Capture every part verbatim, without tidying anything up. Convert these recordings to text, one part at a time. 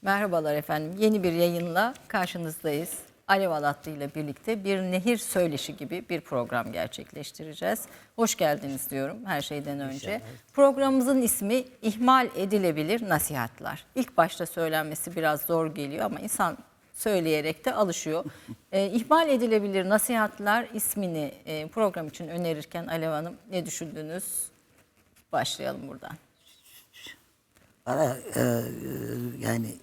Merhabalar efendim. Yeni bir yayınla karşınızdayız. Alev Alatlı ile birlikte bir nehir söyleşi gibi bir program gerçekleştireceğiz. Hoş geldiniz diyorum her şeyden önce. Programımızın ismi İhmal Edilebilir Nasihatler. İlk başta söylenmesi biraz zor geliyor ama insan söyleyerek de alışıyor. e, İhmal Edilebilir Nasihatler ismini e, program için önerirken Alev Hanım ne düşündünüz? Başlayalım buradan. Bana e, yani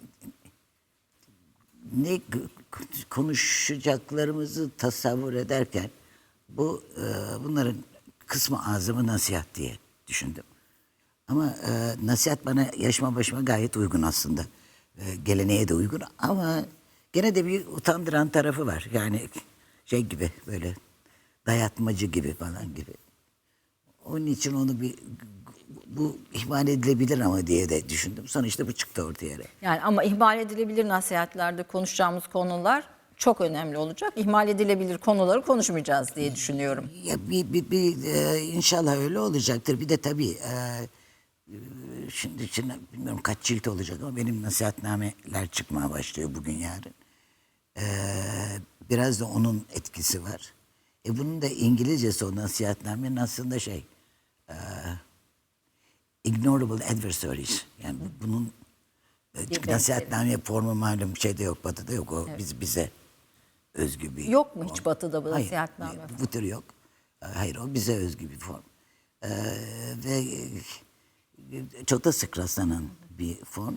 ne konuşacaklarımızı tasavvur ederken bu e, bunların kısmı ağzımı nasihat diye düşündüm. Ama e, nasihat bana yaşıma başıma gayet uygun aslında. E, geleneğe de uygun ama gene de bir utandıran tarafı var. Yani şey gibi böyle dayatmacı gibi falan gibi. Onun için onu bir bu ihmal edilebilir ama diye de düşündüm. Sonra işte bu çıktı ortaya. Yani ama ihmal edilebilir nasihatlerde konuşacağımız konular çok önemli olacak. İhmal edilebilir konuları konuşmayacağız diye düşünüyorum. Ya bir, bir, bir e, inşallah öyle olacaktır. Bir de tabii e, şimdi, şimdi bilmiyorum kaç cilt olacak ama benim nasihatnameler çıkmaya başlıyor bugün yarın. E, biraz da onun etkisi var. E bunun da İngilizcesi o nasihatnamenin aslında şey e, ignorable adversaries. Yani bunun çünkü nasihatname formu malum şeyde yok, batıda yok. O evet. biz bize özgü bir Yok mu form. hiç batıda bu nasihatname? Hayır, bu tür yok. Hayır, o bize özgü bir form. Ee, ve çok da sık rastlanan bir form.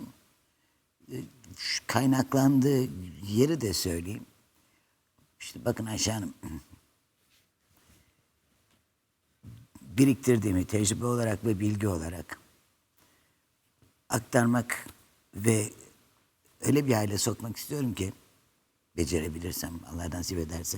Kaynaklandığı yeri de söyleyeyim. İşte bakın Ayşe Hanım, biriktirdiğimi tecrübe olarak ve bilgi olarak aktarmak ve öyle bir hale sokmak istiyorum ki becerebilirsem, Allah nasip ederse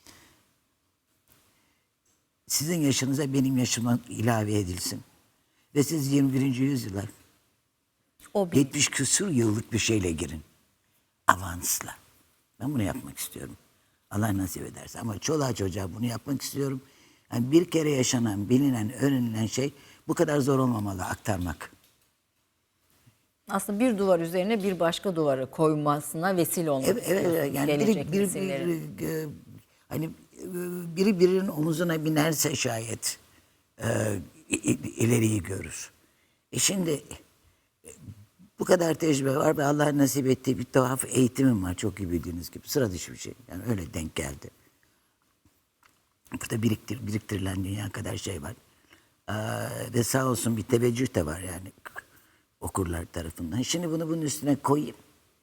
sizin yaşınıza benim yaşıma ilave edilsin ve siz yirmi birinci yüzyıla O yetmiş küsur yıllık bir şeyle girin. Avansla. Ben bunu yapmak istiyorum. Allah nasip ederse. Ama çoluğa çocuğa bunu yapmak istiyorum. Yani bir kere yaşanan, bilinen, öğrenilen şey bu kadar zor olmamalı aktarmak. Aslında bir duvar üzerine bir başka duvarı koymasına vesile olmak Evet, evet yani gelecek biri, nesillerin. biri, biri, hani biri birinin omuzuna binerse şayet e, ileriyi görür. E şimdi bu kadar tecrübe var ve Allah nasip ettiği bir tuhaf eğitimim var çok iyi bildiğiniz gibi. Sıra dışı bir şey. Yani öyle denk geldi. Burada biriktir, biriktirilen dünya kadar şey var. Ee, ve sağ olsun bir teveccüh de var yani okurlar tarafından. Şimdi bunu bunun üstüne koyayım.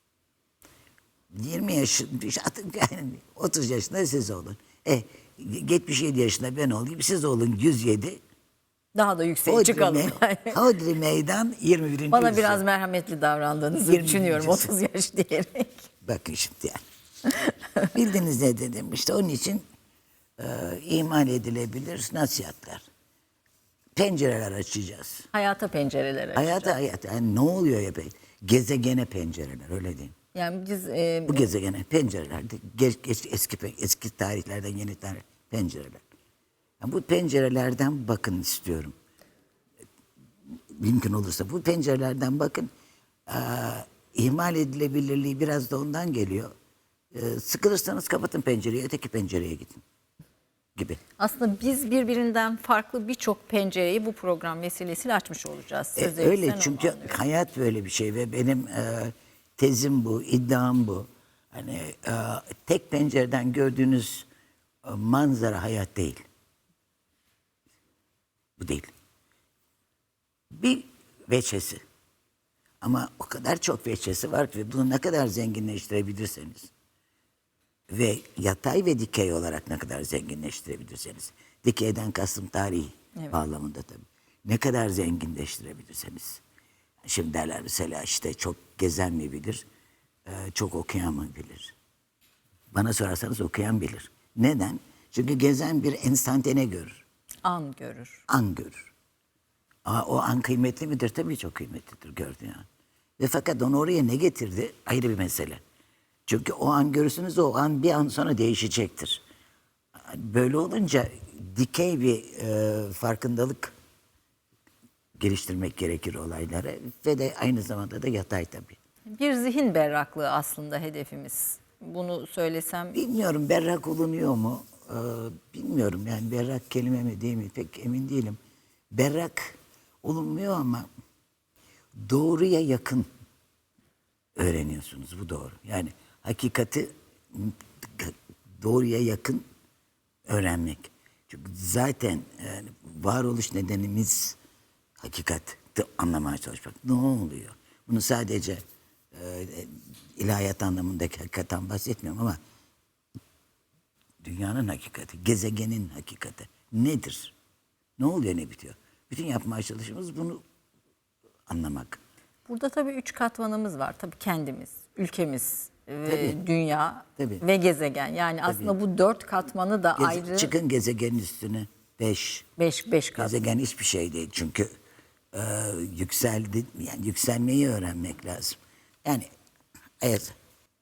yirmi yaş, yani otuz yaşında siz olun. E, yetmiş yedi yaşında ben olayım, siz olun yüz yedi. Daha da yükseğe Hodri çıkalım. Me- Hodri meydan yirmi birinci Bana yüzyıl. biraz merhametli davrandığınızı yirmi düşünüyorum birincisi. otuz yaş diyerek. Bakın şimdi yani. Bildiniz ne dedim işte onun için e, ihmal edilebilir nasihatler. Pencereler açacağız. Hayata pencereler açacağız. Hayata hayat. Yani ne oluyor ya be? Gezegene pencereler öyle değil. Yani biz e, Bu gezegene pencerelerde geç, geç, eski eski tarihlerden yeni tarih pencereler. Yani bu pencerelerden bakın istiyorum. Mümkün olursa bu pencerelerden bakın. Ee, ihmal edilebilirliği biraz da ondan geliyor. Ee, sıkılırsanız kapatın pencereyi, öteki pencereye gidin gibi. aslında biz birbirinden farklı birçok pencereyi bu program vesilesiyle açmış olacağız. E, Sözleri öyle sen çünkü anlıyorum. hayat böyle bir şey ve benim e, tezim bu, iddiam bu. Hani e, tek pencereden gördüğünüz e, manzara hayat değil. Bu değil. Bir veçesi. Ama o kadar çok veçesi var ki bunu ne kadar zenginleştirebilirseniz ve yatay ve dikey olarak ne kadar zenginleştirebilirseniz, dikeyden kastım tarihi Evet. bağlamında tabii. Ne kadar zenginleştirebilirseniz. Şimdi derler mesela işte çok gezen mi bilir, e, çok okuyan mı bilir? Bana sorarsanız okuyan bilir. Neden? Çünkü gezen bir enstantane görür. An görür. An görür. Aa, o an kıymetli midir? Tabii çok kıymetlidir gördüğün an. Ve fakat onu oraya ne getirdi? Ayrı bir mesele. Çünkü o an görürsünüz o an bir an sonra değişecektir. Böyle olunca dikey bir e, farkındalık geliştirmek gerekir olaylara ve de aynı zamanda da yatay tabii. Bir zihin berraklığı aslında hedefimiz. Bunu söylesem Bilmiyorum berrak olunuyor mu? Ee, bilmiyorum yani berrak kelime mi değil mi pek emin değilim. Berrak olunmuyor ama doğruya yakın öğreniyorsunuz. Bu doğru. Yani hakikati doğruya yakın öğrenmek. Çünkü zaten yani varoluş nedenimiz hakikati anlamaya çalışmak. Ne oluyor? Bunu sadece e, ilahiyat anlamındaki hakikaten bahsetmiyorum ama dünyanın hakikati, gezegenin hakikati nedir? Ne oluyor, ne bitiyor? Bütün yapmaya çalıştığımız bunu anlamak. burada tabii üç katmanımız var. Tabii kendimiz, ülkemiz, ve Tabii. dünya Tabii. ve gezegen. Yani aslında bu dört katmanı da Geze- ayrı Çıkın gezegenin üstüne. Beş. beş, beş kat. Gezegen hiçbir şey değil çünkü e, yükseldi, yani yükselmeyi öğrenmek lazım. Yani evet,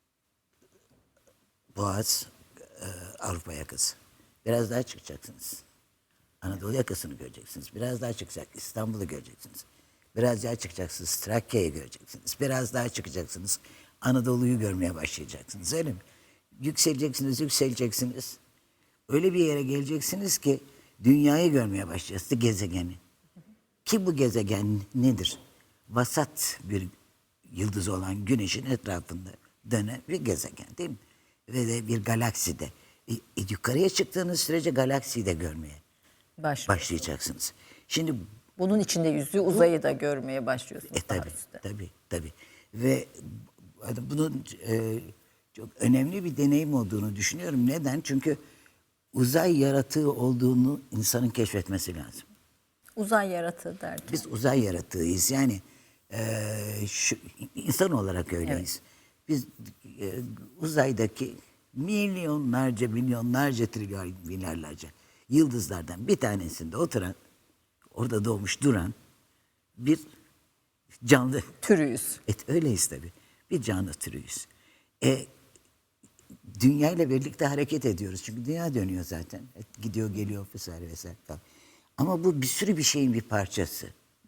Boğaz e, Avrupa yakası. Biraz daha çıkacaksınız. Anadolu yakasını göreceksiniz. Biraz daha çıkacak İstanbul'u göreceksiniz. Biraz daha çıkacaksınız Trakya'yı göreceksiniz. Biraz daha çıkacaksınız Anadolu'yu görmeye başlayacaksınız. Öyle mi? Yükseleceksiniz, yükseleceksiniz. Öyle bir yere geleceksiniz ki dünyayı görmeye başlayacaksınız, gezegeni. Ki bu gezegen nedir? Vasat bir yıldız olan Güneş'in etrafında dönen bir gezegen değil mi? Ve de bir galakside. E, e, yukarıya çıktığınız sürece galaksiyi de görmeye Başlıyor. başlayacaksınız. Şimdi Bunun içinde yüzüğü uzayı da görmeye başlıyorsunuz. e, daha tabii, üstte. tabii, tabii. Ve bunun e, çok önemli bir deneyim olduğunu düşünüyorum. Neden? Çünkü uzay yaratığı olduğunu insanın keşfetmesi lazım. Uzay yaratığı derken. Biz uzay yaratığıyız. Yani e, şu, insan olarak öyleyiz. Biz e, uzaydaki milyonlarca, milyonlarca, trilyon, milyarlarca yıldızlardan bir tanesinde oturan, orada doğmuş duran bir canlı. Türüyüz. Et öyleyiz tabii. Bir canlı türüyüz. E, dünya ile birlikte hareket ediyoruz. Çünkü dünya dönüyor zaten. E, gidiyor geliyor vesaire vesaire falan. Ama bu bir sürü bir şeyin bir parçası.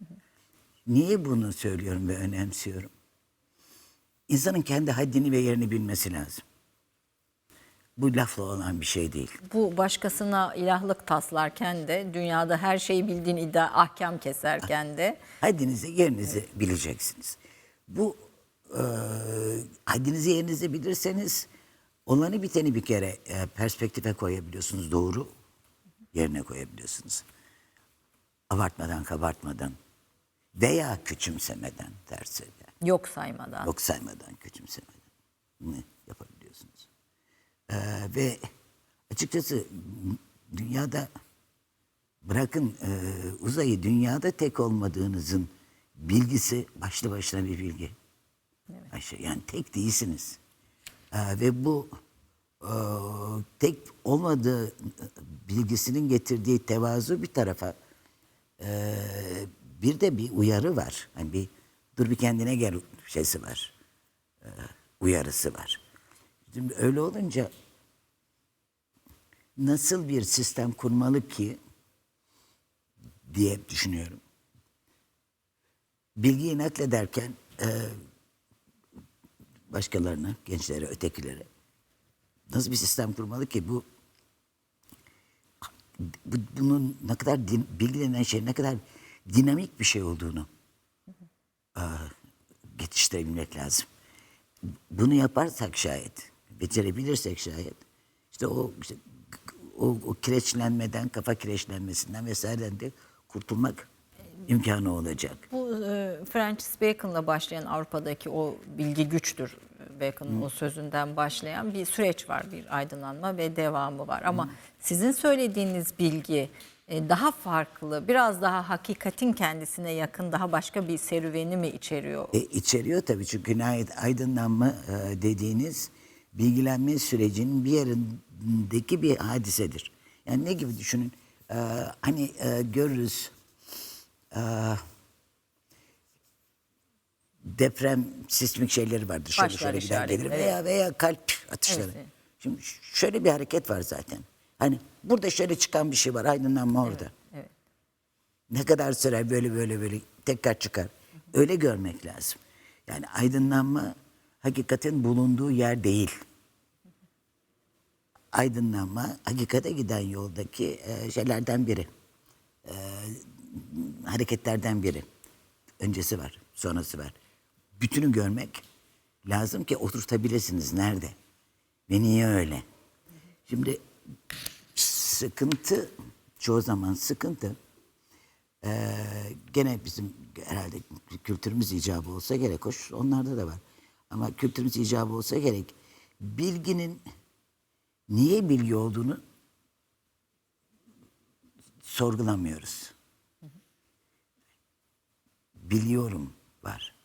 Niye bunu söylüyorum ve önemsiyorum? İnsanın kendi haddini ve yerini bilmesi lazım. Bu lafla olan bir şey değil. Bu başkasına ilahlık taslarken de dünyada her şeyi bildiğin iddia ahkam keserken de Haddinizi, yerinizi bileceksiniz. Bu e, haddinizi, yerinizi bilirseniz olanı biteni bir kere e, perspektife koyabiliyorsunuz. Doğru yerine koyabiliyorsunuz. Abartmadan, kabartmadan veya küçümsemeden tersi. yok saymadan. Yok saymadan, küçümsemeden bunu yapabiliyorsunuz. Ee, ve açıkçası dünyada bırakın e, uzayı dünyada tek olmadığınızın bilgisi başlı başına bir bilgi. Evet. Yani tek değilsiniz. Ee, ve bu e, tek olmadığı bilgisinin getirdiği tevazu bir tarafa e, bir de bir uyarı var. Yani bir dur bir kendine gel şeysi var. E, uyarısı var. Şimdi öyle olunca nasıl bir sistem kurmalı ki diye düşünüyorum. Bilgiyi naklederken e, başkalarına, gençlere, ötekilere nasıl bir sistem kurmalı ki bu, bu bunun ne kadar din, bilgi denen şey ne kadar dinamik bir şey olduğunu e, geçiştirebilmek lazım. Bunu yaparsak şayet, becerebilirsek şayet, işte o işte, o, o kireçlenmeden, kafa kireçlenmesinden vesaireden de kurtulmak imkanı olacak. Bu e, Francis Bacon'la başlayan Avrupa'daki o bilgi güçtür. Bacon'ın o sözünden başlayan bir süreç var, bir aydınlanma ve devamı var. Ama sizin söylediğiniz bilgi e, daha farklı, biraz daha hakikatin kendisine yakın, daha başka bir serüveni mi içeriyor? E, içeriyor tabii çünkü nihayet aydınlanma e, dediğiniz bilgilenme sürecinin bir yerindeki bir hadisedir. Yani ne gibi düşünün? E, hani e, görürüz e, deprem sismik şeyleri vardır. Şöyle Başlar şöyle gider gelir işaretleri. veya veya kalp atışları. Evet. Şimdi şöyle bir hareket var zaten. Hani burada şöyle çıkan bir şey var, aydınlanma orada. Evet. Ne kadar sürer böyle böyle böyle tekrar çıkar. Öyle görmek lazım. Yani aydınlanma hakikatin bulunduğu yer değil. Aydınlanma hakikate giden yoldaki e, şeylerden biri. E, hareketlerden biri. Öncesi var, sonrası var. Bütünü görmek lazım ki oturtabilirsiniz nerede ve niye öyle. Şimdi sıkıntı, çoğu zaman sıkıntı e, gene bizim herhalde kültürümüz icabı olsa gerek, hoş onlarda da var. Ama kültürümüz icabı olsa gerek, bilginin niye bilgi olduğunu sorgulamıyoruz. Biliyorum var.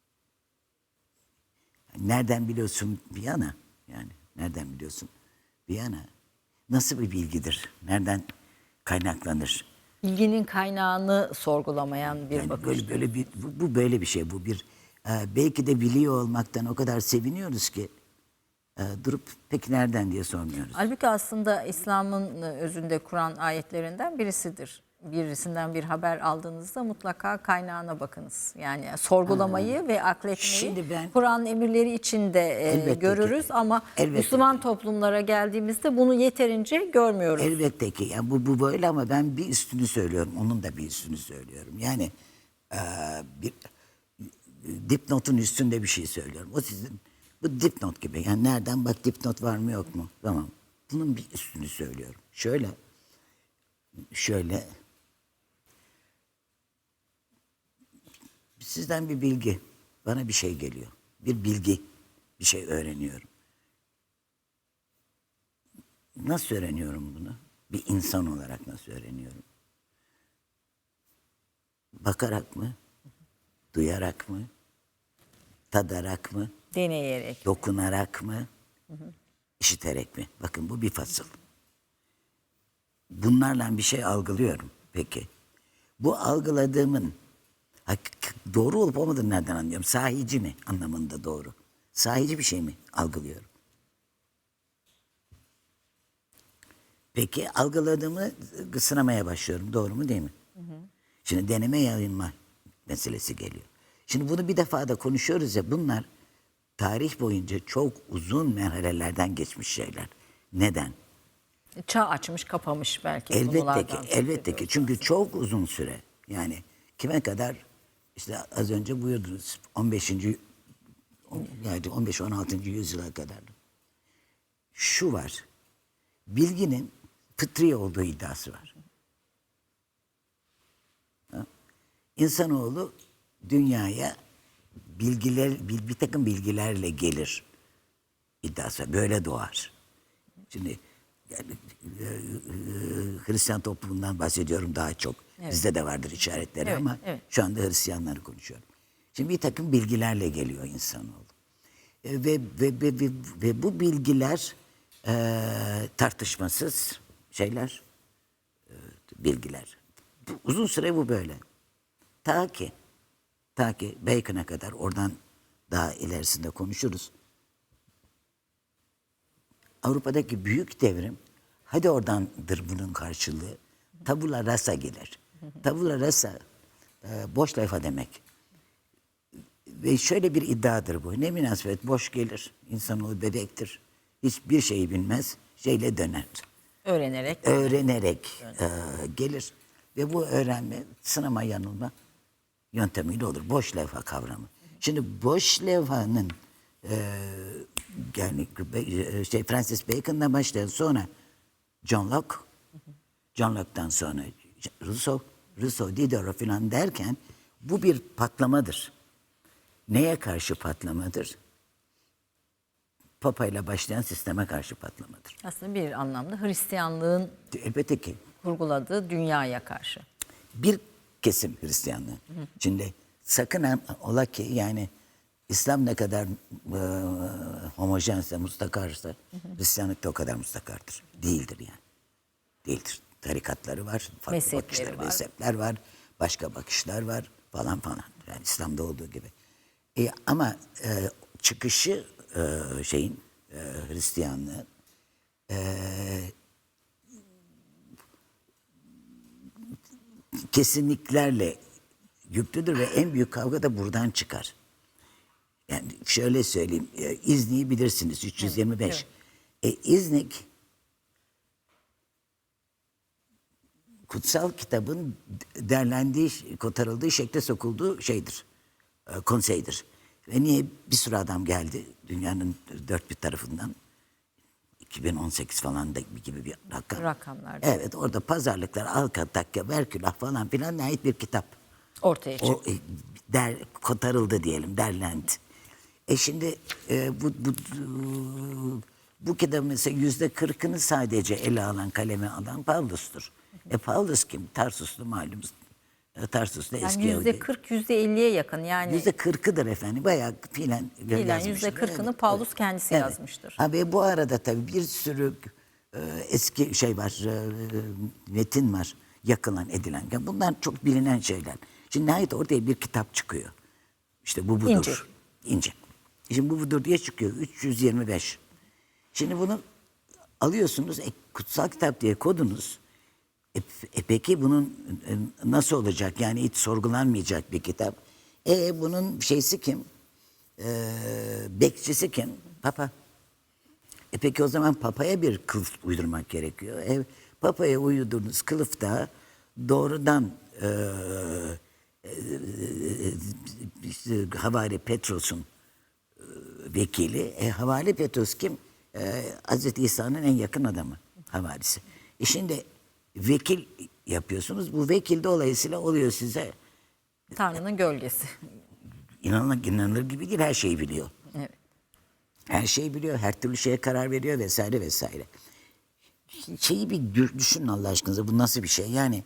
Nereden biliyorsun bir yana, yani nereden biliyorsun bir yana, nasıl bir bilgidir, nereden kaynaklanır? Bilginin kaynağını sorgulamayan bir Yani bakış. böyle böyle bir bu, bu böyle bir şey, bu bir e, belki de biliyor olmaktan o kadar seviniyoruz ki e, durup peki nereden diye sormuyoruz. Halbuki aslında İslam'ın özünde Kur'an ayetlerinden birisidir. Birisinden bir haber aldığınızda mutlaka kaynağına bakınız. Yani sorgulamayı ve akletmeyi Şimdi ben- Kur'an emirleri içinde e, Elbette ki. görürüz ama Elbette Müslüman toplumlara geldiğimizde bunu yeterince görmüyoruz. Elbette ki yani bu, bu böyle ama ben bir üstünü söylüyorum. Onun da bir üstünü söylüyorum. Yani e, bir dipnotun üstünde bir şey söylüyorum. O sizin bu dipnot gibi. Yani nereden bak dipnot var mı yok mu? Tamam. Bunun bir üstünü söylüyorum. Şöyle şöyle sizden bir bilgi, bana bir şey geliyor. Bir bilgi, bir şey öğreniyorum. Nasıl öğreniyorum bunu? Bir insan olarak nasıl öğreniyorum? Bakarak mı? Duyarak mı? Tadarak mı? Deneyerek. Dokunarak mı? İşiterek mi? Bakın bu bir fasıl. Bunlarla bir şey algılıyorum. Peki. Bu algıladığımın hak- doğru olup olmadığını nereden anlıyorum? Sahici mi anlamında doğru? Sahici bir şey mi algılıyorum? Peki algıladığımı sınamaya başlıyorum. Doğru mu değil mi? Hı hı. Şimdi deneme yayınma meselesi geliyor. Şimdi bunu bir defa da konuşuyoruz ya, bunlar tarih boyunca çok uzun merhalelerden geçmiş şeyler. Neden? Çağ açmış, kapamış belki Elbette ki, konulardan. elbette ki. Çünkü çok uzun süre. Yani kime kadar? İşte az önce buyurdunuz on beşinci yani on beş on altıncı yüzyıla kadar. Şu var. Bilginin fıtri olduğu iddiası var. Ha? İnsanoğlu dünyaya bilgiler, bir, bir takım bilgilerle gelir iddiası var. Böyle doğar. Şimdi yani, e, e, Hristiyan toplumundan bahsediyorum daha çok. Evet. Bizde de vardır işaretleri Evet, ama evet. şu anda Hristiyanları konuşuyorum. Şimdi bir takım bilgilerle geliyor insanoğlu. E, ve, ve, ve, ve, ve bu bilgiler e, tartışmasız şeyler, e, bilgiler. Bu, uzun süre bu böyle. Ta ki, ta ki Bacon'a kadar, oradan daha ilerisinde konuşuruz. Avrupa'daki büyük devrim, hadi oradandır bunun karşılığı. Tabula rasa gelir. Tabula rasa e, boş levha demek. Ve şöyle bir iddiadır bu. Ne münasebet boş gelir. İnsanoğlu bebektir. Hiçbir şeyi bilmez. Şeyle döner. Öğrenerek. Öğrenerek e, gelir. Ve bu öğrenme sınama yanılma yöntemiyle olur. Boş levha kavramı. Şimdi boş levhanın e, yani e, şey Francis Bacon'la başlayan, sonra John Locke, John Locke'dan sonra Rousseau, Rousseau, Diderot filan derken bu bir patlamadır. Neye karşı patlamadır? Papa ile başlayan sisteme karşı patlamadır. Aslında bir anlamda Hristiyanlığın Elbette ki kurguladığı dünyaya karşı. bir kesim Hristiyanlığı. Şimdi sakın ha- ola ki yani İslam ne kadar e, homojense, mustakarsa Hristiyanlık da o kadar mustakardır. Değildir yani. Değildir. Tarikatları var, farklı Mezhepleri bakışlar, var. mezhepler var, başka bakışlar var falan falan. Yani İslam'da olduğu gibi. E, ama e, çıkışı e, şeyin e, Hristiyanlığı kesinliklerle yüklüdür ve en büyük kavga da buradan çıkar. Yani şöyle söyleyeyim, e, İznik'i bilirsiniz, üç yüz yirmi beş. E, İznik, kutsal kitabın derlendiği, kotarıldığı, şekle sokulduğu şeydir, e, konseydir. Ve niye bir sürü adam geldi dünyanın dört bir tarafından, iki bin on sekiz falan da gibi bir rakam. Rakamlarda. Evet, orada pazarlıklar, Alka, Takya, Verkülah falan filan ait bir kitap. Ortaya çıktı. O e, der, kotarıldı diyelim, derlendi. E şimdi e, bu, bu, bu kitabın mesela yüzde kırkını sadece ele alan, kaleme alan Pavlus'tur. E Pavlus kim? Tarsuslu malum. E, Tarsus'ta eski Yani yüzde Yahudi. kırk, yüzde elliye yakın. Yani Yüzde kırkıdır efendim. Bayağı filan filan yazmıştır. yüzde kırkını Evet, Pavlus evet. kendisi Evet. yazmıştır. Ha, ve bu arada tabii bir sürü e, eski şey var, e, metin var, yakılan edilen. Yani bunlar çok bilinen şeyler. Şimdi nihayet ortaya bir kitap çıkıyor. İşte bu budur. İncil. İncil. Şimdi bu budur diye çıkıyor. üç yüz yirmi beş. Şimdi bunu alıyorsunuz, e, kutsal kitap diye kodunuz. E, e peki bunun e, nasıl olacak? Yani hiç sorgulanmayacak bir kitap. E bunun şeysi kim? E, bekçisi kim? Papa. E peki o zaman Papa'ya bir kılıf uydurmak gerekiyor. E, Papa'ya uydurduğunuz kılıf da doğrudan e, e, işte Havari Petros'un e, vekili. E, Havari Petros kim? E, Hazreti İsa'nın en yakın adamı. Havarisi. E şimdi vekil yapıyorsunuz. Bu vekil dolayısıyla oluyor size Tanrı'nın gölgesi. inanılır, inanılır gibi değil, her şeyi biliyor. Evet. Her şeyi biliyor, her türlü şeye karar veriyor vesaire vesaire. Şeyi bir düşünün Allah aşkınıza, bu nasıl bir şey? Yani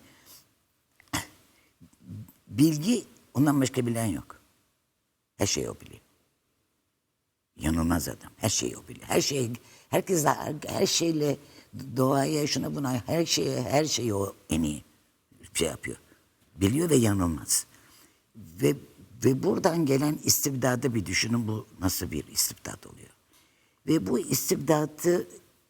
bilgi, ondan başka bilen yok. Her şeyi o biliyor. Yanılmaz adam. Her şeyi o biliyor. Her şey, herkes her şeyle, doğaya, şuna buna, her şeye, her şeyi o en iyi şey yapıyor. Biliyor ve yanılmaz. Ve ve buradan gelen istibdadı bir düşünün, bu nasıl bir istibdat oluyor. Ve bu istibdatı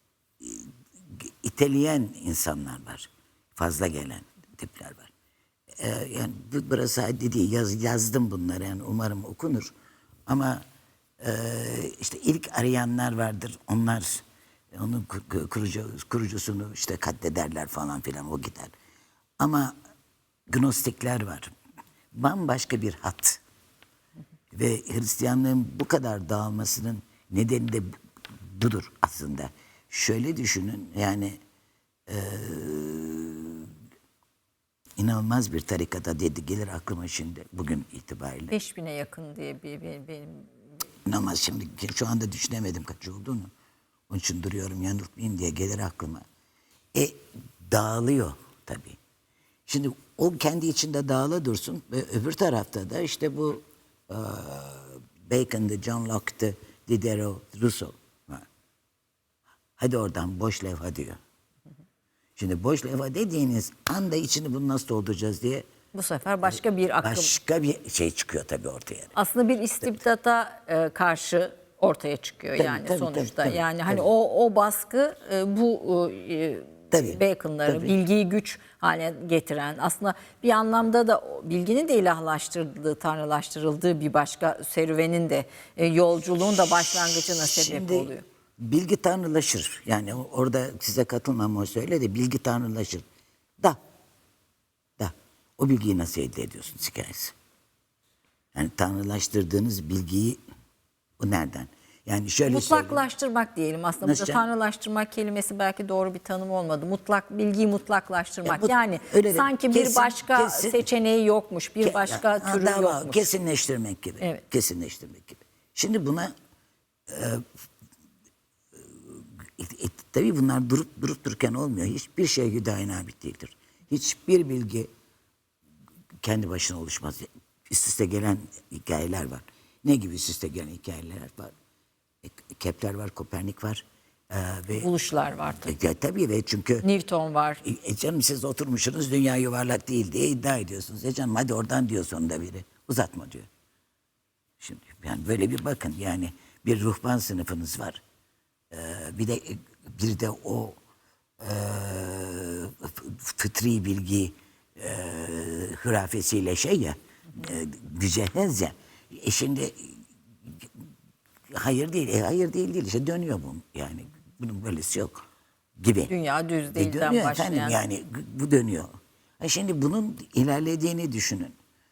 iteleyen insanlar var. Fazla gelen tipler var. Ee, yani bu burası haddi değil. Yaz, yazdım bunları, yani umarım okunur. Ama e, işte ilk arayanlar vardır. Onlar onun kurucu, kurucusunu işte katlederler falan filan, o gider. Ama gnostikler var. Bambaşka bir hat. Ve Hristiyanlığın bu kadar dağılmasının nedeni de budur aslında. Şöyle düşünün, yani e, inanılmaz bir tarikata dedi, gelir aklıma şimdi bugün itibariyle. beş bine yakın diye bir, bir, benim İnanılmaz, şimdi şu anda düşünemedim kaç olduğunu. Onun için duruyorum, yanıltmayayım diye gelir aklıma. E dağılıyor tabii. Şimdi o kendi içinde dağıla dursun ve öbür tarafta da işte bu e, Bacon'dı, John Locke'dı, Diderot, Rousseau var. Hadi oradan boş levha diyor. Şimdi boş levha dediğiniz anda içini bunu nasıl dolduracağız diye bu sefer başka bir akım. başka bir şey çıkıyor tabii ortaya. Aslında bir istibdata e, karşı ortaya çıkıyor Tabii, yani tabii, sonuçta. tabii, tabii, yani hani tabii. o o baskı e, bu e, Tabii, Bacon'ları tabii. bilgiyi güç haline getiren, aslında bir anlamda da o bilginin de ilahlaştırıldığı, tanrılaştırıldığı bir başka serüvenin de e, yolculuğun da başlangıcına sebep Şimdi oluyor. bilgi tanrılaşır. Yani orada size katılmam, o söyle de bilgi tanrılaşır. Da. Da. O bilgiyi nasıl elde ediyorsunuz hikayesi? Yani tanrılaştırdığınız bilgiyi o nereden? Yani şöyle söyleyeyim. Mutlaklaştırmak diyelim aslında. Nasıl Burada canım? tanrılaştırmak kelimesi belki doğru bir tanım olmadı. Mutlak bilgiyi mutlaklaştırmak. Ya bu- yani öyle de sanki kesin- bir başka kesin- seçeneği yokmuş, bir Ke- başka ha, türü dava, yokmuş. Kesinleştirmek gibi. Evet. Kesinleştirmek gibi. Şimdi buna e, e, e, tabii bunlar durup durup dururken olmuyor. Hiçbir şey hüdayinabit değildir. Hiçbir bilgi kendi başına oluşmaz. Üst üste gelen hikayeler var. Ne gibi üst üste gelen hikayeler var? E, Kepler var, Kopernik var. E, ve Buluşlar var tabii. e, tabii ve çünkü Newton var. E, e canım siz oturmuşsunuz, dünya yuvarlak değil diye iddia ediyorsunuz. E canım hadi oradan diyor sonunda biri. Uzatma diyor. Şimdi yani böyle bir bakın, yani bir ruhban sınıfınız var. Ee, bir de bir de o e, fıtri bilgi e, hürafesiyle şey ya, e, mücehhez ya. E şimdi hayır değil. E, hayır değil değil. İşte dönüyor bu. Yani bunun böylesi yok gibi. Dünya düz E, değilden dönüyor başlayan. efendim yani bu dönüyor. Ha, şimdi bunun ilerlediğini düşünün.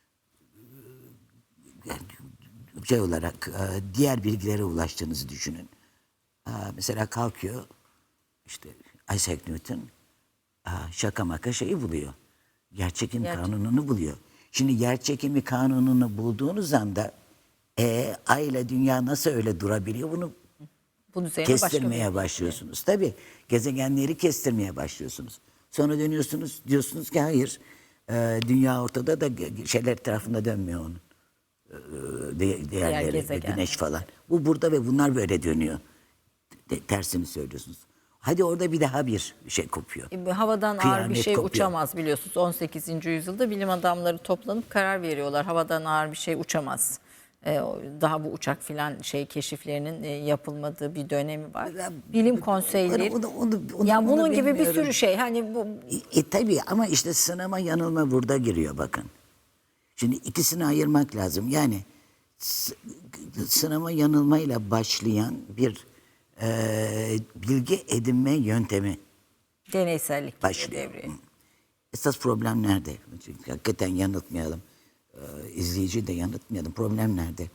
Yani şey olarak e, diğer bilgilere ulaştığınızı düşünün. Ha, mesela kalkıyor işte Isaac Newton ha, şaka maka şeyi buluyor. Yerçekim Yer- kanununu buluyor. Şimdi yerçekimi kanununu bulduğunuz anda e, ay ile dünya nasıl öyle durabiliyor bunu Bunun üzerine başka bir kestirmeye bilgi. başlıyorsunuz. Tabii gezegenleri kestirmeye başlıyorsunuz. Sonra dönüyorsunuz diyorsunuz ki hayır e, dünya ortada da ge- şeyler tarafında dönmüyor onun. E, di- diğerleri ve gezegenler. güneş falan. Bu burada ve bunlar böyle dönüyor. De- tersini söylüyorsunuz. Hadi orada bir daha bir şey kopuyor. E, havadan ağır bir Kıyamet şey kopuyor. uçamaz biliyorsunuz. on sekizinci yüzyılda bilim adamları toplanıp karar veriyorlar. Havadan ağır bir şey uçamaz. E, o- daha bu uçak filan şey keşiflerinin e, yapılmadığı bir dönemi var. Ya, Bilim konseyleri. onu- onu- onu- ya onu bunun gibi bir bilmiyorum. sürü şey. Hani bu E, e tabii ama işte sınama yanılma burada giriyor bakın. Şimdi ikisini ayırmak lazım. Yani s- sınama yanılmayla başlayan bir e, bilgi edinme yöntemi deneysellik başlıyor. devreye. Esas problem nerede? Çünkü hakikaten yanıltmayalım. E, izleyici de yanıltmayalım. Problem nerede?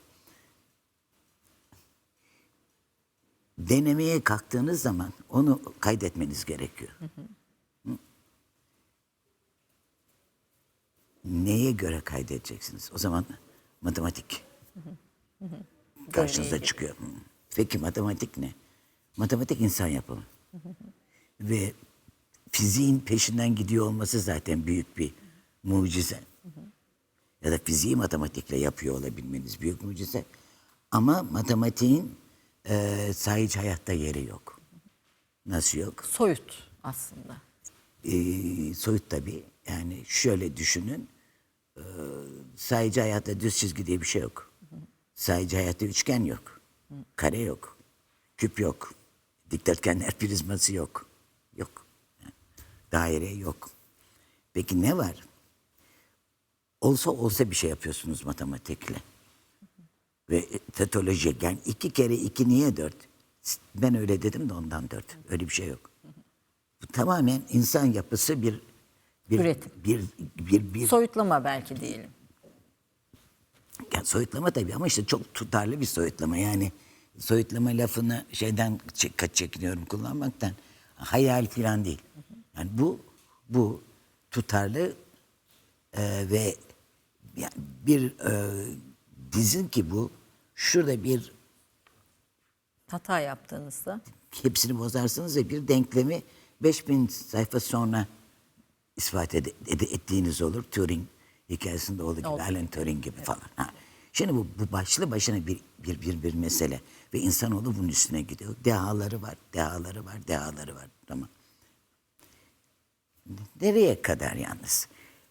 Denemeye kalktığınız zaman onu kaydetmeniz gerekiyor. Hı. Neye göre kaydedeceksiniz? O zaman matematik karşınıza Devreye çıkıyor. Hı. Peki matematik ne? Matematik insan yapımı. Ve fiziğin peşinden gidiyor olması zaten büyük bir mucize. Ya da fiziği matematikle yapıyor olabilmeniz büyük mucize. Ama matematiğin e, sahici hayatta yeri yok. Nasıl yok? Soyut aslında. E, soyut tabii. Yani şöyle düşünün. E, sahici hayatta düz çizgi diye bir şey yok. Sahici hayatta üçgen yok. Kare yok. Küp yok. Dikdörtgenler prizması yok. Yok. Daire yok. Peki ne var? Olsa olsa bir şey yapıyorsunuz matematikle. Ve tetoloji yani iki kere iki niye dört? Ben öyle dedim de ondan dört. Öyle bir şey yok. Bu tamamen insan yapısı bir bir Üretim. bir bir, bir Soyutlama belki diyelim. yani soyutlama tabii ama işte çok tutarlı bir soyutlama. Yani soyutlama lafını şeyden çek, kaç çekiniyorum kullanmaktan. Hayal falan değil. Yani bu bu tutarlı e, ve yani bir e, dizin ki bu şurada bir Hata yaptığınızda hepsini bozarsınız ve bir denklemi beş bin sayfa sonra ispat ed- ed- ettiğiniz olur. Turing hikayesinde olduğu gibi, Oldu. Alan Turing gibi falan. Ha. Şimdi bu, bu başlı başına bir, bir, bir, bir mesele ve insanoğlu bunun üstüne gidiyor. Dehaları var, dehaları var, dehaları var. Tamam. Nereye kadar yalnız?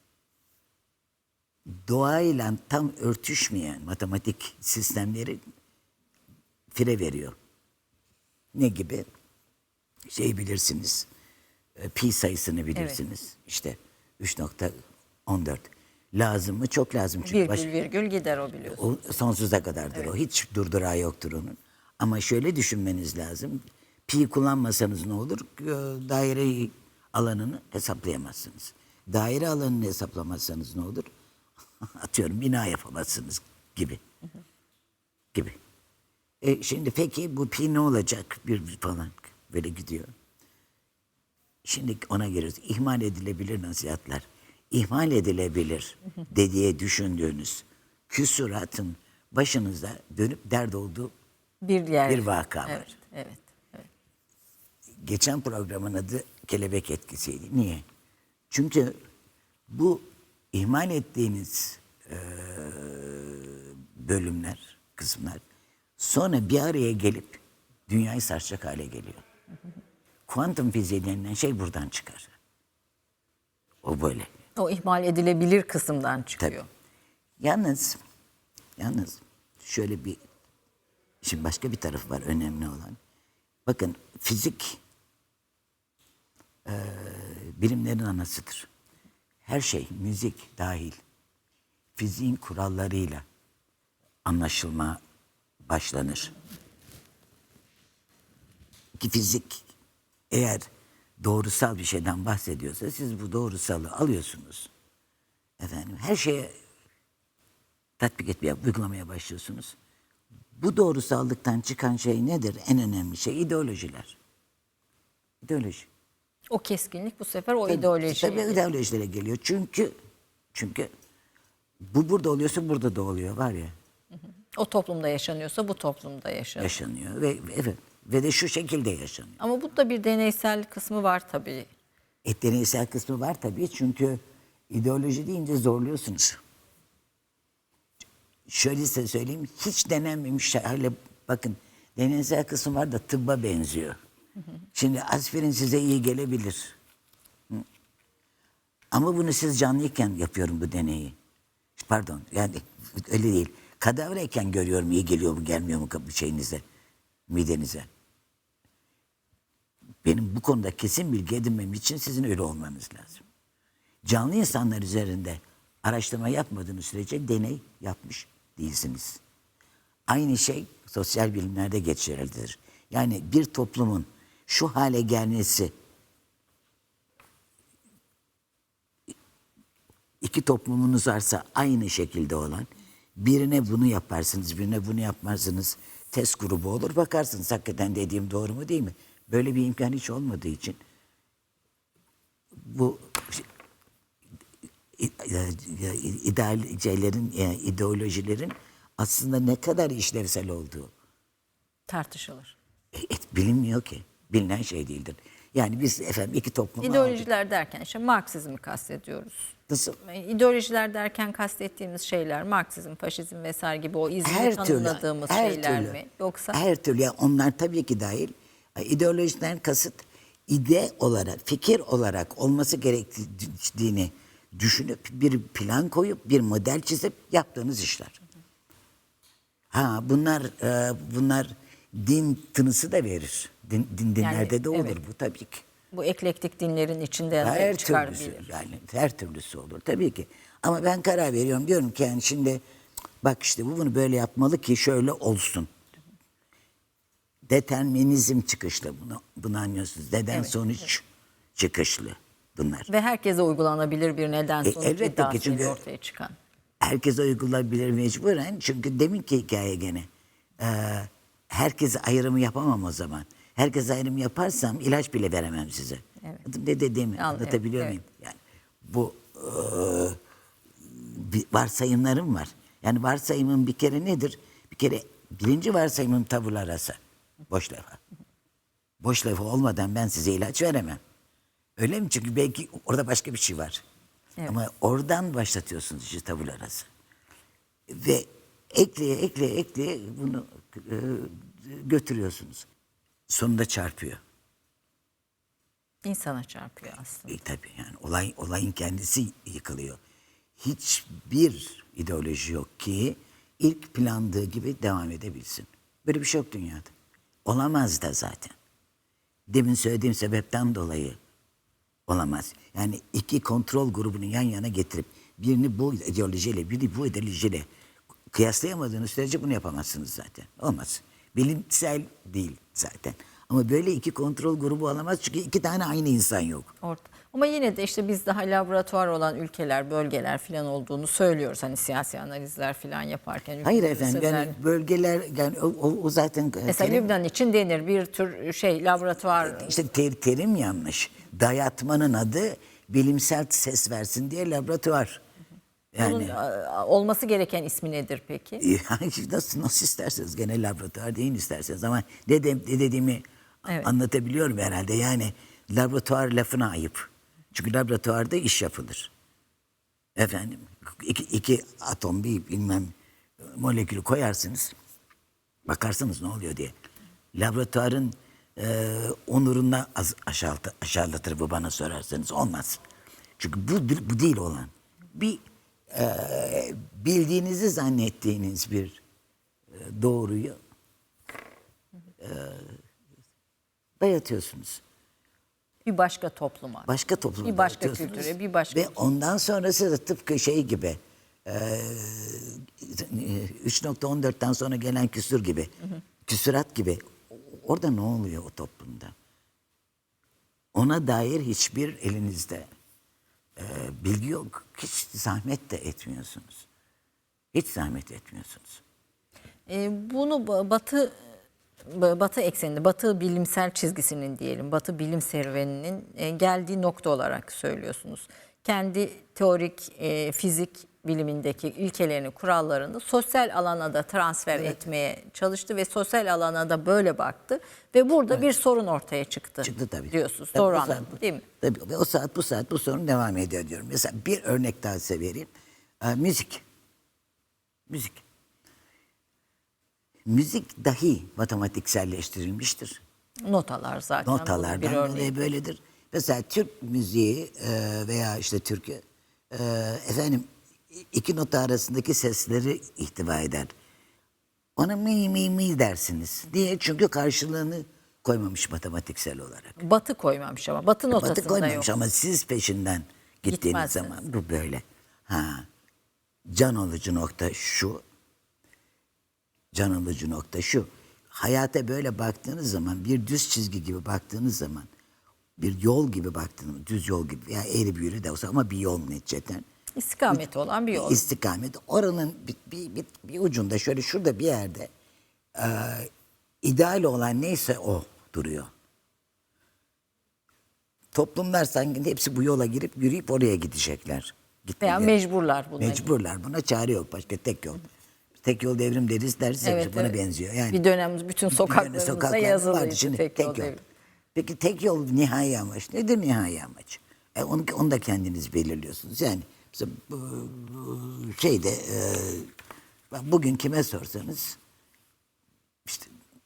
Doğayla tam örtüşmeyen matematik sistemleri fire veriyor. Ne gibi? Şey bilirsiniz, e, pi sayısını bilirsiniz. İşte üç nokta on dört. Lazım mı? Çok lazım. Çünkü virgül baş- virgül gider o biliyorsun. o sonsuza kadardır o. Hiç durdurağı yoktur onun. Ama şöyle düşünmeniz lazım. Pi kullanmasanız ne olur? Ee, Daire alanını hesaplayamazsınız. Daire alanını hesaplamazsanız ne olur? Atıyorum bina yapamazsınız gibi. Gibi. E şimdi peki bu pi ne olacak? Bir, bir falan böyle gidiyor. Şimdi ona giriyoruz. İhmal edilebilir nasihatler. İhmal edilebilir dediği düşündüğünüz küsuratın başınıza dönüp dert olduğu Bir yer. bir vaka var. Evet, evet. evet. Geçen programın adı kelebek etkisiydi. Niye? Çünkü bu ihmal ettiğiniz eee, bölümler, kısımlar sonra bir araya gelip dünyayı sarsacak hale geliyor. Kuantum fiziği denilen şey buradan çıkar. O böyle. O ihmal edilebilir kısımdan çıkıyor. Tabii. Yalnız, yalnız şöyle bir, şimdi başka bir tarafı var önemli olan. Bakın fizik eee, bilimlerin anasıdır. Her şey, müzik dahil, fiziğin kurallarıyla anlaşılma başlanır. Ki fizik eğer doğrusal bir şeyden bahsediyorsa siz bu doğrusalı alıyorsunuz. Efendim her şeye tatbik etmeye, uygulamaya başlıyorsunuz. Bu doğrusallıktan çıkan şey nedir? En önemli şey ideolojiler. İdeoloji. O keskinlik bu sefer o Tabii, ideolojiye tabii geliyor. ideolojilere geliyor. Çünkü çünkü bu burada oluyorsa burada da oluyor var ya. O toplumda yaşanıyorsa bu toplumda yaşanıyor. Yaşanıyor ve evet ve de şu şekilde yaşanıyor. Ama bu da bir deneysel kısmı var tabii. Et deneysel kısmı var tabii çünkü ideoloji deyince zorluyorsunuz. Şöyle size söyleyeyim, hiç denenmemiş hale bakın deneysel kısmı var da tıbba benziyor. Şimdi aspirin size iyi gelebilir. Hı. Ama bunu siz canlıyken yapıyorum bu deneyi. Pardon yani öyle değil. Kadavreyken görüyorum iyi geliyor mu gelmiyor mu bu şeyinize, midenize. Benim bu konuda kesin bilgi edinmem için sizin öyle olmanız lazım. Canlı insanlar üzerinde araştırma yapmadığınız sürece deney yapmış değilsiniz. Aynı şey sosyal bilimlerde geçerlidir. Yani bir toplumun şu hale gelmesi iki toplumunuz varsa aynı şekilde olan birine bunu yaparsınız, birine bunu yapmazsınız. Test grubu olur bakarsınız hakikaten dediğim doğru mu değil mi? Böyle bir imkan hiç olmadığı için bu idealcilerin, yani ideolojilerin aslında ne kadar işlevsel olduğu Tartışılır. et, bilinmiyor ki. Bilinen şey değildir. Yani biz efendim iki toplumu aldık. İdeolojiler derken işte Marksizmi kastediyoruz. Nasıl? İdeolojiler derken kastettiğimiz şeyler Marksizm, faşizm vesaire gibi o izini Her türlü, tanımladığımız her şeyler türlü, mi? Yoksa her türlü yani onlar tabii ki dahil. İdeolojiden kasıt ide olarak, fikir olarak olması gerektiğini düşünüp bir plan koyup bir model çizip yaptığınız işler. Ha bunlar e, bunlar din tınısı da verir. Din, din dinlerde Yani, de olur evet. bu tabii ki. bu eklektik dinlerin içinden de Her çıkabilir. türlüsü yani her türlüsü olur tabii ki. Ama ben karar veriyorum diyorum ki yani şimdi bak işte bu bunu böyle yapmalı ki şöyle olsun. Determinizm çıkışlı bunu, bunu anlıyorsunuz. Neden Evet, sonuç çıkışlı bunlar. Ve herkese uygulanabilir bir neden E, sonuç elbette ki iddiasıyla çünkü- ortaya çıkan. Herkese uygulanabilir mecburen. Çünkü deminki hikaye gene. Ee, herkese ayrımı yapamam o zaman. Herkese ayrım yaparsam ilaç bile veremem size. Evet. Ne dediğimi Al, evet, anlatabiliyor evet. muyum? Yani bu e, bir varsayımlarım var. Yani varsayımım bir kere nedir? Bir kere birinci varsayımım tabula rasa. Boş lafa. Boş lafa olmadan ben size ilaç veremem. Öyle mi? Çünkü belki orada başka bir şey var. Evet. Ama oradan başlatıyorsunuz işte tabula arası. Ve ekleye ekleye ekleye bunu e, götürüyorsunuz. Sonunda çarpıyor. İnsana çarpıyor aslında. E, tabii yani olay olayın kendisi yıkılıyor. Hiçbir ideoloji yok ki ilk plandığı gibi devam edebilsin. Böyle bir şey yok dünyada. Olamaz da zaten. Demin söylediğim sebepten dolayı olamaz. Yani iki kontrol grubunu yan yana getirip birini bu ideolojiyle birini bu ideolojiyle kıyaslayamadığınız sürece bunu yapamazsınız zaten. Olmaz. Bilimsel değil zaten. Ama böyle iki kontrol grubu olamaz çünkü iki tane aynı insan yok. Orta. Ama yine de işte biz daha laboratuvar olan ülkeler, bölgeler falan olduğunu söylüyoruz. Hani siyasi analizler falan yaparken. Hayır ülkelerin efendim sözler- yani bölgeler yani o, o, o zaten Mesela terim, Lübnan için denir bir tür şey laboratuvar. işte ter, terim yanlış. Dayatmanın adı bilimsel ses versin diye laboratuvar. Yani Bunun a, olması gereken ismi nedir peki? Yani nasıl, nasıl isterseniz gene laboratuvar deyin isterseniz ama ne, de, ne dediğimi Evet. anlatabiliyorum herhalde. Yani laboratuvar lafına ayıp. Çünkü laboratuvarda iş yapılır. Efendim iki, iki atom bir bilmem molekülü koyarsınız. Bakarsınız ne oluyor diye. Laboratuvarın e, onuruna az, aşağılatır, aşağılatır bu bana sorarsanız. Olmaz. Çünkü bu, bu değil olan. Bir e, bildiğinizi zannettiğiniz bir e, doğruyu e, dayatıyorsunuz. Bir başka topluma. Başka topluma Bir başka dayatıyorsunuz. kültüre, bir başka- Ve ondan sonrası da tıpkı şey gibi üç nokta on dörtten sonra gelen küsür gibi, küsurat gibi. Orada ne oluyor o toplumda? Ona dair hiçbir elinizde e, bilgi yok. Hiç zahmet de etmiyorsunuz. Hiç zahmet etmiyorsunuz. E, bunu ba- Batı ba- Batı ekseninde, Batı bilimsel çizgisinin diyelim, Batı bilim serüveninin e, geldiği nokta olarak söylüyorsunuz. Kendi teorik e, fizik bilimindeki ilkelerini, kurallarını sosyal alana da transfer etmeye çalıştı ve sosyal alana da böyle baktı ve burada bir sorun ortaya çıktı. Çıktı tabii. Diyorsunuz. Tabii, Doğru o anladım, saat- değil mi? Tabii ve o saat bu saat bu sorun devam ediyor diyorum. Mesela bir örnek daha size vereyim. Ee, müzik. Müzik. Müzik dahi matematikselleştirilmiştir. Notalar zaten bunun bir Notalardan örneği. dolayı böyledir. Mesela Türk müziği e, veya işte türkü e, efendim iki nota arasındaki sesleri ihtiva eder. Ona mi mi mi dersiniz. Niye? Çünkü karşılığını koymamış matematiksel olarak. Batı koymamış ama Batı notasında Batı koymamış yok. ama siz peşinden gittiğiniz Gitmezsiniz. zaman bu böyle. Ha. Can alıcı nokta şu. Can alıcı nokta şu. Hayata böyle baktığınız zaman, bir düz çizgi gibi baktığınız zaman, bir yol gibi baktığınız, düz yol gibi veya eğri büğrü de olsa ama bir yol neticeden. İstikameti olan bir yol. İstikamet. Oranın bir, bir, bir, bir ucunda şöyle şurada bir yerde e, ideal olan neyse o duruyor. Toplumlar sanki hepsi bu yola girip yürüyüp oraya gidecekler. Veya Gitmeleri. mecburlar buna. Mecburlar. Buna çare yok. Başka tek yol. Tek yol devrim deriz deriz Evet, hepsi buna evet. benziyor. Yani Bir dönem bütün bir tane sokaklarımızda sokaklarda vardı. yazılıydı Şimdi tek, tek, yol. yol. devrim. Peki tek yol nihai amaç. Nedir nihai amaç? E onu, onu da kendiniz belirliyorsunuz. Yani mesela bu- bu şeyde e, bugün kime sorsanız işte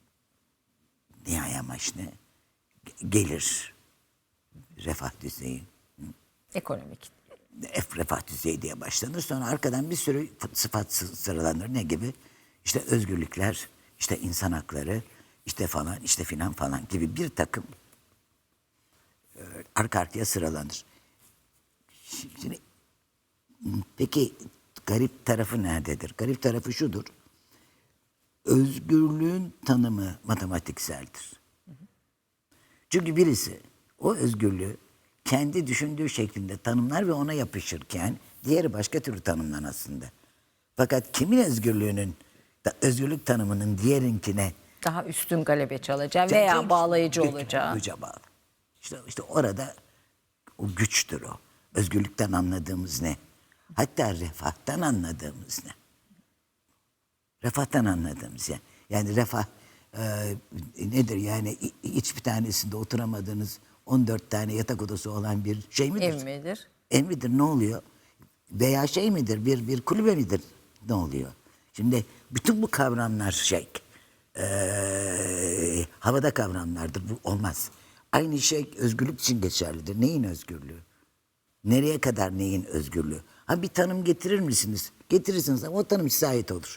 nihai amaç ne? Gelir, refah düzeyi, Ekonomik. F refah düzeyi diye başlanır. Sonra arkadan bir sürü sıfat sı- sıralanır. Ne gibi? İşte özgürlükler, işte insan hakları, işte falan, işte filan falan gibi bir takım e, arka arkaya sıralanır. Şimdi peki garip tarafı nerededir? Garip tarafı şudur. Özgürlüğün tanımı matematikseldir. Çünkü birisi o özgürlüğü kendi düşündüğü şeklinde tanımlar ve ona yapışırken diğeri başka türlü tanımlar aslında. Fakat kimin özgürlüğünün, da özgürlük tanımının diğerinkine Daha üstün galebe çalacağı veya bağlayıcı güç- olacağı. güce bağlı. İşte, işte orada o güçtür o. Özgürlükten anladığımız ne? Hatta refahtan anladığımız ne? Refahtan anladığımız yani. Yani refah e, nedir yani hi- hiçbir tanesinde oturamadığınız on dört tane yatak odası olan bir şey midir? Ev midir? Ev midir ne oluyor? Veya şey midir bir bir kulübe midir ne oluyor? Şimdi bütün bu kavramlar şey e, havada kavramlardır bu olmaz. Aynı şey özgürlük için geçerlidir. Neyin özgürlüğü? Nereye kadar neyin özgürlüğü? Ha bir tanım getirir misiniz? Getirirsiniz ama o tanım size ait olur.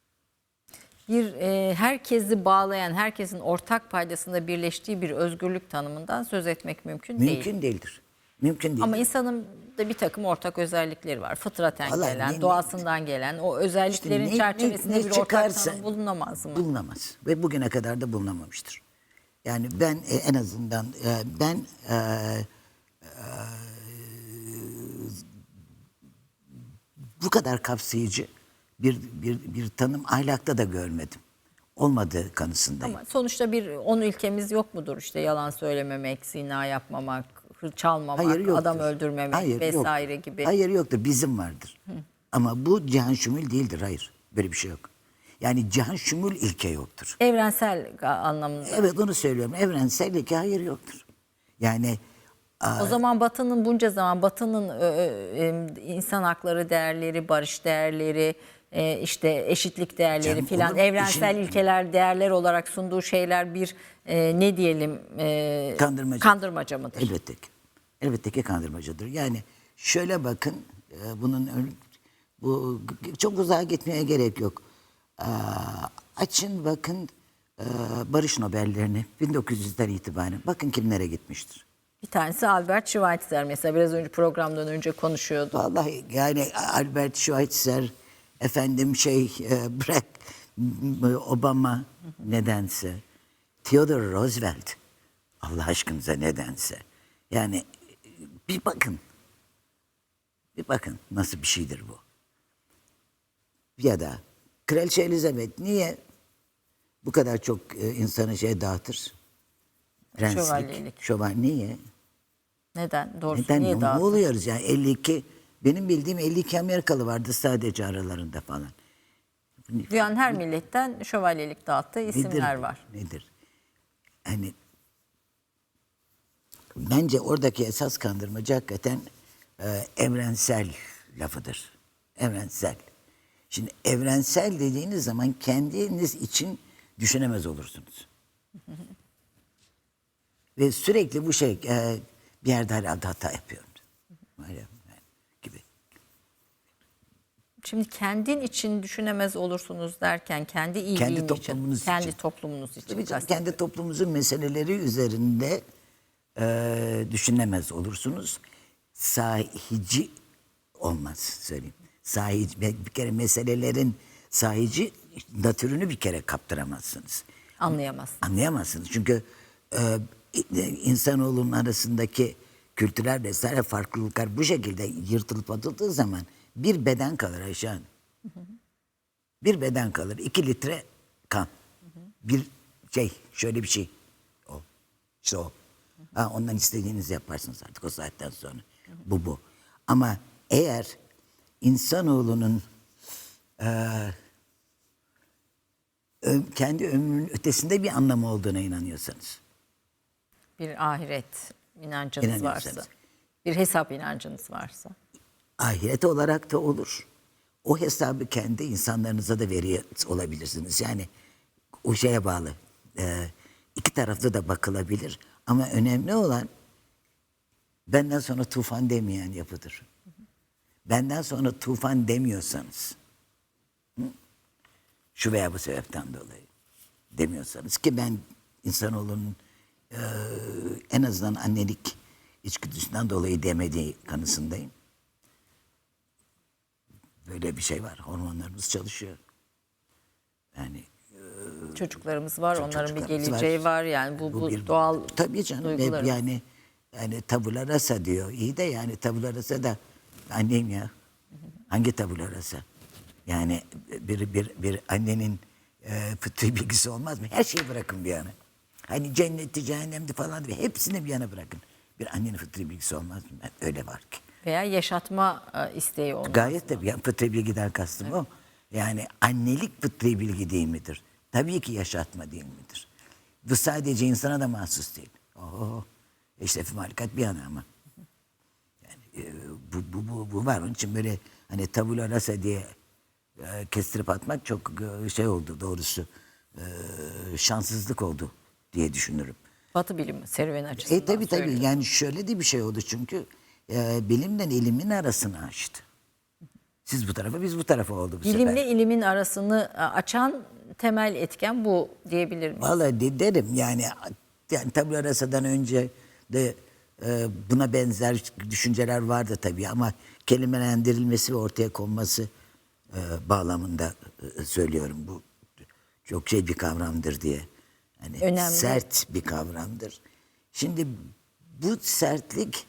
Bir e, herkesi bağlayan, herkesin ortak paydasında birleştiği bir özgürlük tanımından söz etmek mümkün, değil. Mümkün değildir. Mümkün değil. Ama insanın da bir takım ortak özellikleri var. Fıtraten Vallahi gelen, ne- doğasından gelen o özelliklerin İşte ne- çerçevesinde ne- ne bir ortak çıkarsa- tanım bulunamaz mı? Bulunamaz. Ve bugüne kadar da bulunamamıştır. Yani ben e, en azından e, ben e, e, bu kadar kapsayıcı bir, bir, bir tanım ahlakta da görmedim. Olmadığı kanısındayım. Ama sonuçta bir on ülkemiz yok mudur? İşte yalan söylememek, zina yapmamak, hır çalmamak, Hayır yoktur. adam öldürmemek Hayır, vesaire yoktur. gibi. Hayır yoktur. Bizim vardır. Ama bu cihan şumul değildir. Hayır. Böyle bir şey yok. Yani cihan şumul ilke yoktur. Evrensel anlamında. Evet onu söylüyorum. Evrensel ilke hayır yoktur. Yani O zaman Batı'nın bunca zaman Batı'nın ö, ö, e, insan hakları değerleri, barış değerleri, e, işte eşitlik değerleri Canım, filan olur. evrensel İşin- ilkeler, değerler olarak sunduğu şeyler bir e, ne diyelim e, Kandırmaca. kandırmaca mıdır? elbette ki. Elbette ki kandırmacadır. Yani şöyle bakın e, bunun ön- bu çok uzağa gitmeye gerek yok. Aa, açın bakın e, Barış Nobellerini bin dokuz yüzden itibaren bakın kimlere gitmiştir. Bir tanesi Albert Schweitzer mesela, biraz önce programdan önce konuşuyordu. Vallahi yani Albert Schweitzer, efendim şey e, Barack Obama nedense, Theodore Roosevelt Allah aşkınıza nedense. Yani bir bakın. Bir bakın nasıl bir şeydir bu. Ya da Kraliçe Elizabeth niye bu kadar çok e, insanı şey dağıtır? Prenslik, Şövalyelik. şövalye niye? Neden? Doğrusu Neden? niye Ne dağıttı? oluyoruz yani elli iki, benim bildiğim elli iki Amerikalı vardı sadece aralarında falan. Dünyanın her milletten şövalyelik dağıttığı isimler Nedir? var. Nedir? Hani bence oradaki esas kandırmacı hakikaten e, evrensel lafıdır. Evrensel. Şimdi evrensel dediğiniz zaman kendiniz için düşünemez olursunuz. Ve sürekli bu şey e, bir yerde herhalde hata yapıyorum. Öyle gibi. Şimdi kendin için düşünemez olursunuz derken kendi iyiliğin için, toplumunuz kendi için. toplumunuz için. Tabii canım, kastediyorum. kendi toplumumuzun meseleleri üzerinde e, düşünemez olursunuz. Sahici olmaz söyleyeyim. Sahici, bir kere meselelerin sahici natürünü bir kere kaptıramazsınız. Anlayamazsın. Anlayamazsınız. Çünkü e, insanoğlunun arasındaki kültürel vesaire farklılıklar bu şekilde yırtılıp atıldığı zaman bir beden kalır Ayşe Hanım. Bir beden kalır. iki litre kan. Bir şey, şöyle bir şey. O. İşte o. Ha, ondan istediğinizi yaparsınız artık o saatten sonra. Bu bu. Ama eğer insanoğlunun eee ö- kendi ömrünün ötesinde bir anlamı olduğuna inanıyorsanız. Bir ahiret inancınız İnanıyorsanız. varsa, bir hesap inancınız varsa. Ahiret olarak da olur. O hesabı kendi insanlarınıza da veriyor olabilirsiniz. Yani o şeye bağlı. Ee, iki tarafta da bakılabilir. Ama önemli olan benden sonra tufan demeyen yapıdır. Benden sonra tufan demiyorsanız, hı, şu veya bu sebepten dolayı demiyorsanız, ki ben insanoğlunun e, en azından annelik içgüdüsünden dolayı demediği kanısındayım. Böyle bir şey var. Hormonlarımız çalışıyor. Yani Çocuklarımız var, Çok onların bir çocuklarımız geleceği var. Yani bu, bu, bir- doğal tabii canım. Ve duygularımız. yani yani tabula rasa diyor. İyi de yani tabula rasa da annem ya. Hangi tabula rasa? Yani bir bir bir annenin e, fıtri bilgisi olmaz mı? Her şeyi bırakın bir yana. Hani cennetti, cehennemdi falan diye hepsini bir yana bırakın. Bir annenin fıtri bilgisi olmaz mı? Öyle var ki. Veya yaşatma e, isteği olması. Gayet tabii. Yani fıtri bilgiden kastım o. Yani annelik fıtri bilgi değil midir? Tabii ki yaşatma değil midir? Bu sadece insana da mahsus değil. Oo, eşref-i mahlukat bir yana ama. Yani e, bu, bu, bu, bu var. Onun için böyle hani tabula rasa diye e, kestirip atmak çok e, şey oldu doğrusu. E, şanssızlık oldu diye düşünürüm. Batı bilim serüveni açısından E tabii tabii. söylüyorum. Yani şöyle de bir şey oldu çünkü e, bilimle ilimin arasını açtı. Siz bu tarafa, biz bu tarafa oldu bu sefer. Bilimle ilimin arasını e, açan temel etken bu diyebilir miyiz? Vallahi de- derim yani yani tabula rasadan önce de e, buna benzer düşünceler vardı tabii ama kelimelendirilmesi ve ortaya konması e, bağlamında e, söylüyorum. Bu çok şey bir kavramdır diye. Hani Önemli. sert bir kavramdır. Şimdi bu sertlik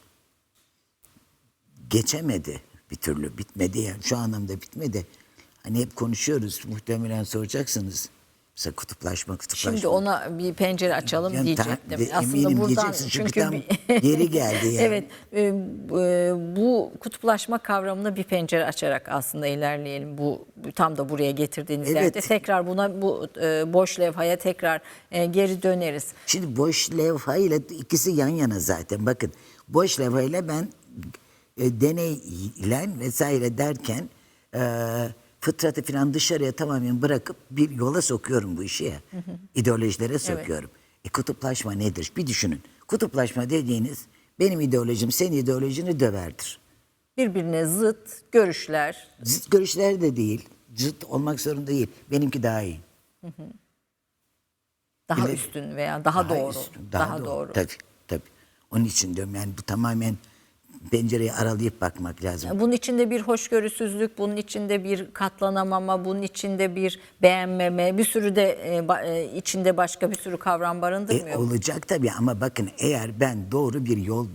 geçemedi bir türlü, bitmedi yani şu anlamda bitmedi. Hani hep konuşuyoruz, muhtemelen soracaksınız. Mesela kutuplaşma, kutuplaşma. Şimdi ona bir pencere açalım Yani ta- diyecektim. de- Aslında eminim buradan diyeceksin çünkü tam bir- yeri geldi yani. Evet, e, bu- e, bu kutuplaşma kavramına bir pencere açarak aslında ilerleyelim. Bu bu tam da buraya getirdiğiniz Evet. yerde tekrar buna bu e, boş levhaya tekrar e, geri döneriz. Şimdi boş levha ile ikisi yan yana zaten. Bakın boş levha ile ben e, deney ile vesaire derken e, fıtratı falan dışarıya tamamen bırakıp bir yola sokuyorum bu işi ya. İdeolojilere sokuyorum. E, kutuplaşma nedir? Bir düşünün. Kutuplaşma dediğiniz benim ideolojim senin ideolojini döverdir. Birbirine zıt görüşler, Zıt görüşler de değil. Zıt olmak zorunda değil. Benimki daha iyi. daha Bile- üstün veya daha, doğru, üstün, daha, doğru. Tabii tabii. Onun için diyorum yani bu tamamen pencereyi aralayıp bakmak lazım. Bunun içinde bir hoşgörüsüzlük, bunun içinde bir katlanamama, bunun içinde bir beğenmeme, bir sürü de e, ba- e, içinde başka bir sürü kavram barındırmıyor E, mu? olacak tabii ama bakın eğer ben doğru bir yola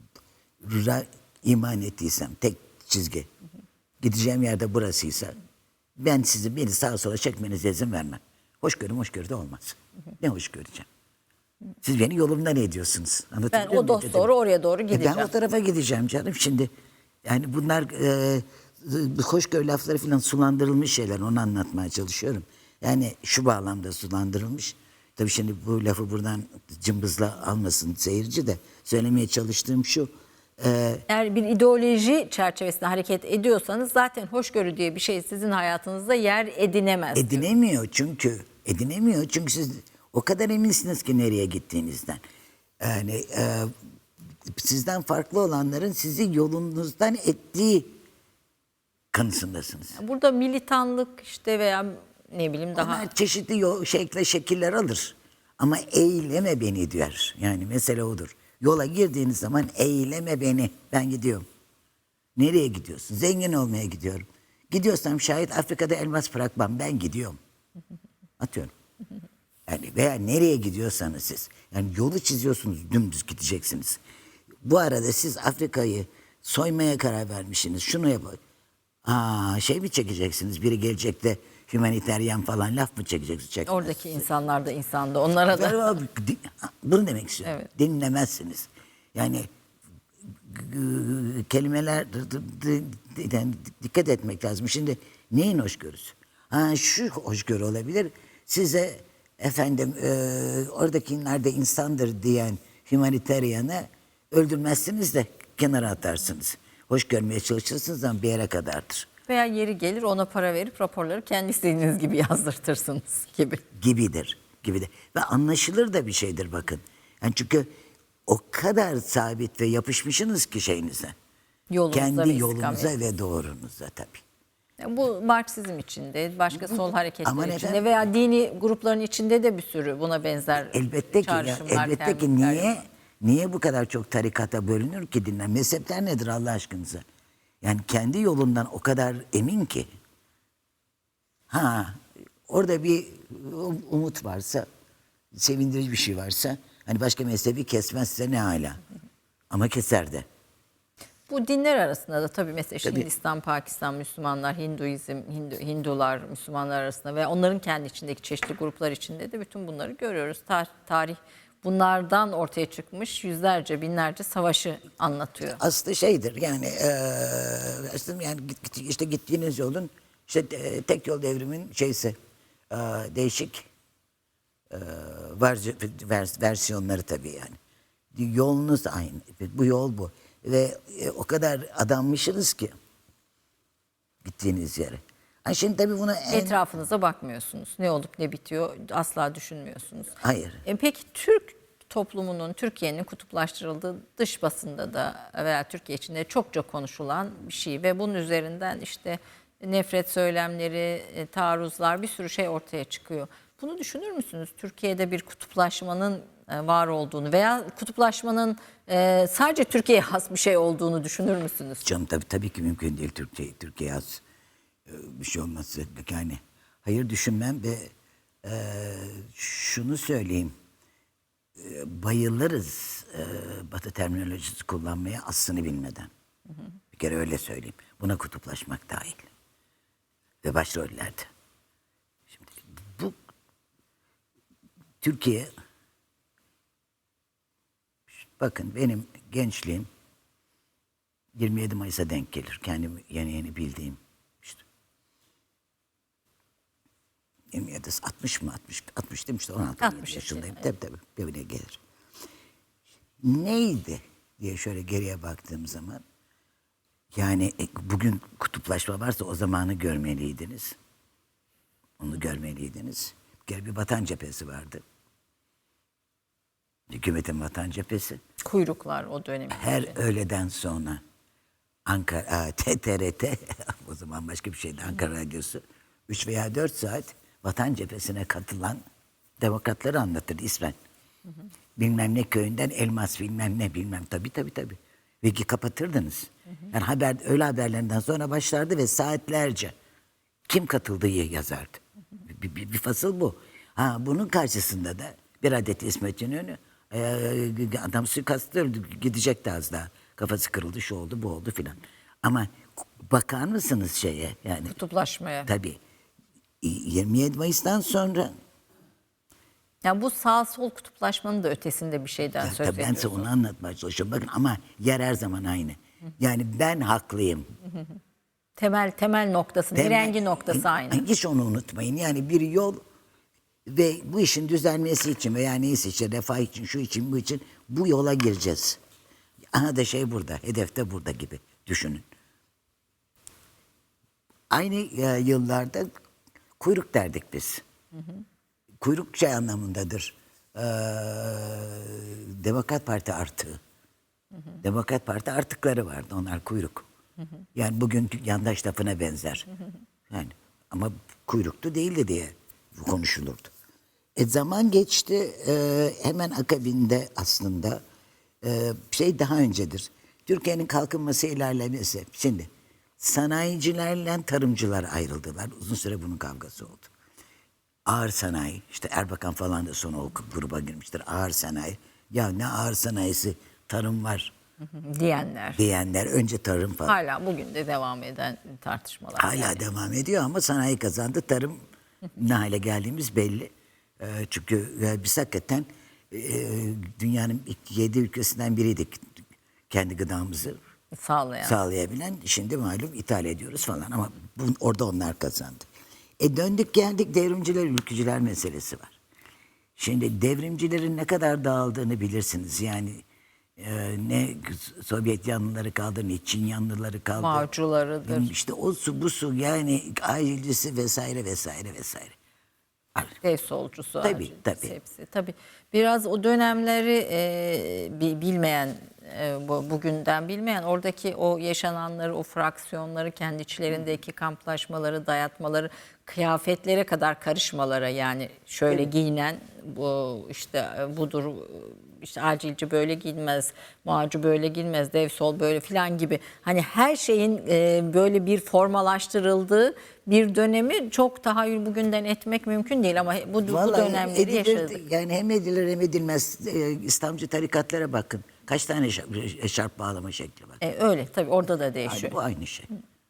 iman ettiysem tek çizgi gideceğim yerde burasıysa ben sizi beni sağa sola çekmenize izin vermem. Hoşgörü hoşgörü de olmaz. Ne hoş göreceğim? Siz beni yolumdan ediyorsunuz. Ben Anlatabiliyor o muyum dost dedim? doğru oraya doğru E gideceğim. ben o tarafa gideceğim canım şimdi. Yani bunlar e, hoşgörü lafları falan sulandırılmış şeyler. Onu anlatmaya çalışıyorum. Yani şu bağlamda sulandırılmış. Tabii şimdi bu lafı buradan cımbızla almasın seyirci de. Söylemeye çalıştığım şu. E, Eğer bir ideoloji çerçevesinde hareket ediyorsanız zaten hoşgörü diye bir şey sizin hayatınızda yer edinemez. edinemiyor çünkü. Edinemiyor çünkü siz o kadar eminsiniz ki nereye gittiğinizden. Yani e, sizden farklı olanların sizi yolunuzdan ettiği kanısındasınız. Burada militanlık işte veya ne bileyim daha Onlar çeşitli yol, şekle şekiller alır. Ama eyleme beni diyor. Yani mesele odur. Yola girdiğiniz zaman eyleme beni. Ben gidiyorum. Nereye gidiyorsun? Zengin olmaya gidiyorum. Gidiyorsam şayet Afrika'da elmas bırakmam. Ben gidiyorum. Atıyorum. Yani veya nereye gidiyorsanız siz. Yani yolu çiziyorsunuz. Dümdüz gideceksiniz. Bu arada siz Afrika'yı soymaya karar vermişsiniz. Şunu yapın. Aa, şey mi çekeceksiniz? Biri gelecek de humanitarian falan laf mı çekeceksiniz? Çekmez. oradaki insanlar da insandı. Onlara da Galiba di- bunu demek istiyorum. Evet. Dinlemezsiniz. Yani g- kelimeler d- d- d- yani dikkat etmek lazım. Şimdi neyin hoşgörüsü? Ha, şu hoşgörü olabilir. Size efendim e, oradakiler de insandır diyen humanitarianı öldürmezsiniz de kenara atarsınız. Hoş görmeye çalışırsınız ama bir yere kadardır. veya yeri gelir ona para verip raporları kendi istediğiniz gibi yazdırtırsınız gibi. Gibidir. Gibidir. Ve anlaşılır da bir şeydir bakın. Yani çünkü o kadar sabit ve yapışmışsınız ki şeyinize. Yolunuza Kendi ve yolunuza istikametinize. ve doğrunuza tabii. Yani bu Marksizm içinde, başka sol hareketler Aman içinde efendim. veya dini grupların içinde de bir sürü buna benzer Elbette ki ya, çağrışımlar, elbette ki terminler niye var. niye bu kadar çok tarikata bölünür ki dinler? Mezhepler nedir Allah aşkınıza? Yani kendi yolundan o kadar emin ki. Ha, orada bir umut varsa, sevindirici bir şey varsa, hani başka mezhebi kesmezse ne hala. Ama keser de. Bu dinler arasında da tabii mesela işte Tabii. Hindistan, Pakistan, Müslümanlar, Hinduizm, Hindu, Hindular, Müslümanlar arasında ve onların kendi içindeki çeşitli gruplar içinde de bütün bunları görüyoruz. Ta- tarih bunlardan ortaya çıkmış yüzlerce, binlerce savaşı anlatıyor. Aslında şeydir yani eee aslında yani git, git- işte gittiğiniz yolun işte e, tek yol devrimin şeysi eee, değişik eee, var- vers- versiyonları tabii yani. Yolunuz aynı. Bu yol bu. Ve e, o kadar adanmışsınız ki gittiğiniz yere. Ha şimdi tabii bunu en... Etrafınıza bakmıyorsunuz. Ne olup ne bitiyor asla düşünmüyorsunuz. Hayır. E peki Türk toplumunun, Türkiye'nin kutuplaştırıldığı dış basında da veya Türkiye içinde çokça konuşulan bir şey ve bunun üzerinden işte nefret söylemleri, e, taarruzlar bir sürü şey ortaya çıkıyor. Bunu düşünür müsünüz? Türkiye'de bir kutuplaşmanın e, var olduğunu veya kutuplaşmanın e, sadece Türkiye'ye has bir şey olduğunu düşünür müsünüz? Canım tabii, tabii ki mümkün değil Türkiye, Türkiye az e, bir şey olması. Yani hayır düşünmem ve e, şunu söyleyeyim. E, bayılırız e, Batı terminolojisi kullanmaya aslını bilmeden. Hı hı. Bir kere öyle söyleyeyim. Buna kutuplaşmak dahil. Ve başrollerde. Şimdi bu Türkiye bakın benim gençliğim yirmi yedi Mayıs'a denk gelir. Kendim yeni yeni bildiğim işte. yirmi yedi, altmış mı? altmış, altmış demişti. on altı altmış yaşındayım. iki, Tabii tabii. Birbirine gelir. Neydi diye şöyle geriye baktığım zaman yani e, bugün kutuplaşma varsa o zamanı görmeliydiniz. Onu görmeliydiniz. Bir kere bir vatan cephesi vardı. Hükümetin vatan cephesi. Kuyruklar o dönemin. Her öğleden sonra Ankara, T R T, o zaman başka bir şeydi Ankara Radyosu, üç veya dört saat vatan cephesine katılan demokratları anlatırdı ismen. Bilmem ne köyünden elmas bilmem ne bilmem tabii tabii tabii. Ve ki kapatırdınız. Yani haber, öyle haberlerinden sonra başlardı ve saatlerce kim katıldığı yazardı. Bir, bir, bir fasıl bu. Ha, bunun karşısında da bir adet İsmet İnönü e, adam suikastı öldü, gidecekti az daha. Kafası kırıldı, şu oldu, bu oldu filan. Ama bakar mısınız şeye yani? Kutuplaşmaya. Tabii. yirmi yedi Mayıs'tan sonra Yani bu sağ sol kutuplaşmanın da ötesinde bir şeyden ya, söz tabii ben size ediyorsunuz. onu anlatmaya çalışıyorum. Bakın ama yer her zaman aynı. Yani ben haklıyım. Temel temel noktası, Temel- direngi noktası aynı. Hiç onu unutmayın. Yani bir yol ve bu işin düzelmesi için veya neyse işte refah için, şu için, bu için bu yola gireceğiz. Aha da şey burada, hedef de burada gibi düşünün. Aynı e, yıllarda kuyruk derdik biz. Kuyruk şey anlamındadır. Ee, Demokrat Parti artığı. Demokrat Parti artıkları vardı. Onlar kuyruk. Yani bugünkü yandaş lafına benzer. Yani ama kuyruktu değildi diye konuşulurdu. E zaman geçti. E, hemen akabinde aslında e, şey daha öncedir. Türkiye'nin kalkınması ilerlemesi. Şimdi sanayicilerle tarımcılar ayrıldılar. Uzun süre bunun kavgası oldu. Ağır sanayi, işte Erbakan falan da sonra o gruba girmiştir. Ağır sanayi. Ya ne ağır sanayisi, tarım var Diyenler. diyenler. Önce tarım falan. Hala bugün de devam eden tartışmalar. Hala yani. devam ediyor ama sanayi kazandı. Tarım ne hale geldiğimiz belli. Ee, çünkü e, biz hakikaten e, dünyanın ilk yedi ülkesinden biriydik. Kendi gıdamızı Sağlayan. sağlayabilen. Şimdi malum ithal ediyoruz falan ama bu, orada onlar kazandı. E döndük geldik devrimciler, ülkücüler meselesi var. Şimdi devrimcilerin ne kadar dağıldığını bilirsiniz. Yani e, ne Sovyet yanlıları kaldı, ne Çin yanlıları kaldı. Mağcularıdır. İşte o su bu su yani ailesi vesaire vesaire vesaire. Dev solcusu. Tabii, harcı, tabii. Hepsi. Tabii. Biraz o dönemleri e, bi- bilmeyen, e, bu, bugünden bilmeyen, oradaki o yaşananları, o fraksiyonları, kendi içlerindeki kamplaşmaları, dayatmaları, kıyafetlere kadar karışmalara, yani şöyle giyinen, bu işte e, budur, işte acilci böyle giyinmez, muhacı böyle giyinmez, dev sol böyle filan gibi. Hani her şeyin e, böyle bir formalaştırıldığı bir dönemi çok tahayyül bugünden etmek mümkün değil ama bu, bu Vallahi dönemleri edilir, yaşadık. yani hem edilir hem edilmez. E, İslamcı tarikatlara bakın. Kaç tane eşarp, eşarp bağlama şekli var. E, öyle tabii, orada da Yani değişiyor. bu aynı şey.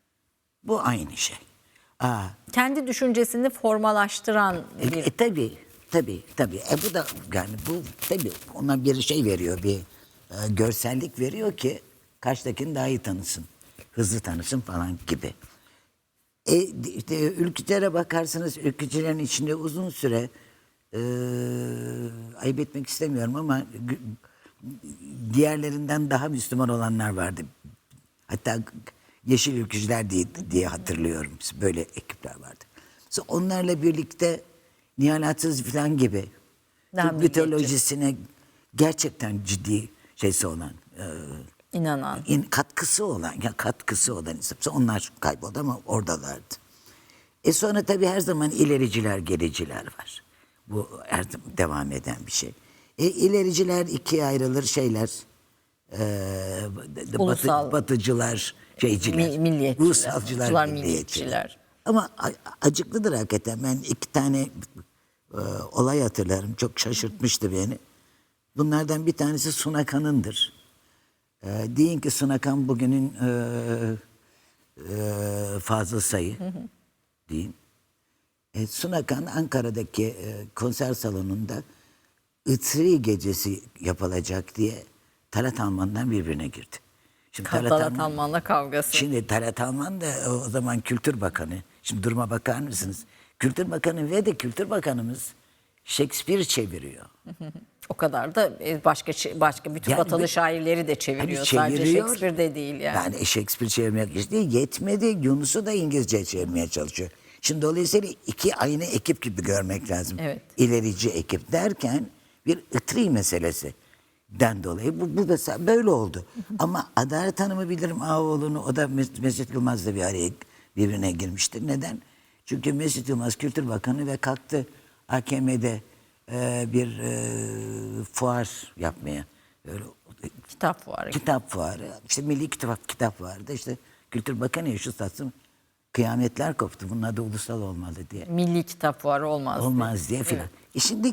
Bu aynı şey. Aa, Kendi düşüncesini formalaştıran E, bir e, tabii, tabii, tabii. E bu da yani bu tabii ona bir şey veriyor, bir e, görsellik veriyor ki karşıdakini daha iyi tanısın, hızlı tanısın falan gibi. E, işte ülkücülere bakarsanız ülkücülerin içinde uzun süre e, ayıp etmek istemiyorum ama gü- diğerlerinden daha Müslüman olanlar vardı. Hatta yeşil ülkücüler diye, diye hatırlıyorum. Böyle ekipler vardı. Sonra onlarla birlikte Nihal Atsız falan gibi Daha tıp milliyetçi. mitolojisine gerçekten ciddi şeysi olan, e, inanan. in- katkısı olan, ya katkısı olan insanlar. Onlar kayboldu ama oradalardı. E sonra tabii her zaman ilericiler, gericiler var. Bu her zaman devam eden bir şey. E, ilericiler ikiye ayrılır şeyler. E, batı, Ulusal- batıcılar, şeyciler. Mi- milliyetçiler, Ulusalcılar, ulusalcılar, milliyetçiler. milliyetçiler. Ama a- acıklıdır hakikaten. Ben iki tane e, olay hatırlarım. Çok şaşırtmıştı beni. Bunlardan bir tanesi Sunakan'ındır. E, deyin ki Sunakan bugünün e, e, Fazıl Say'ı deyin. E, Sunakan Ankara'daki e, konser salonunda Itri gecesi yapılacak diye Talat Alman'dan birbirine girdi. Şimdi Talat Talat Alman- Alman'la kavgası. Şimdi Talat Alman da o zaman Kültür Bakanı. Şimdi duruma bakar mısınız? Kültür Bakanı ve de Kültür Bakanımız Shakespeare çeviriyor. O kadar da e, başka şi- başka bütün Yani batılı bir- şairleri de çeviriyor. Hani Sadece çeviriyor. Shakespeare de değil yani. Yani Shakespeare çevirmek işte yetmedi. Yunus'u da İngilizce çevirmeye çalışıyor. Şimdi dolayısıyla iki aynı ekip gibi görmek lazım. Evet. İlerici ekip derken bir ıtri meselesi den dolayı bu, bu mesela böyle oldu. Ama Adalet Hanım'ı bilirim Ağaoğlu'nu, o da Mes- Mesut Yılmaz'la bir araya birbirine girmiştir. Neden? Çünkü Mesut Yılmaz Kültür Bakanı ve kalktı A K M'de e, bir e, fuar yapmaya. Öyle Kitap fuarı. kitap fuarı. İşte Milli Kitap Kitap Fuarı'da işte Kültür Bakanı Yaşar Satsım kıyametler koptu. Bunun adı ulusal olmalı diye. Milli Kitap Fuarı olmaz. Olmaz diye filan. E şimdi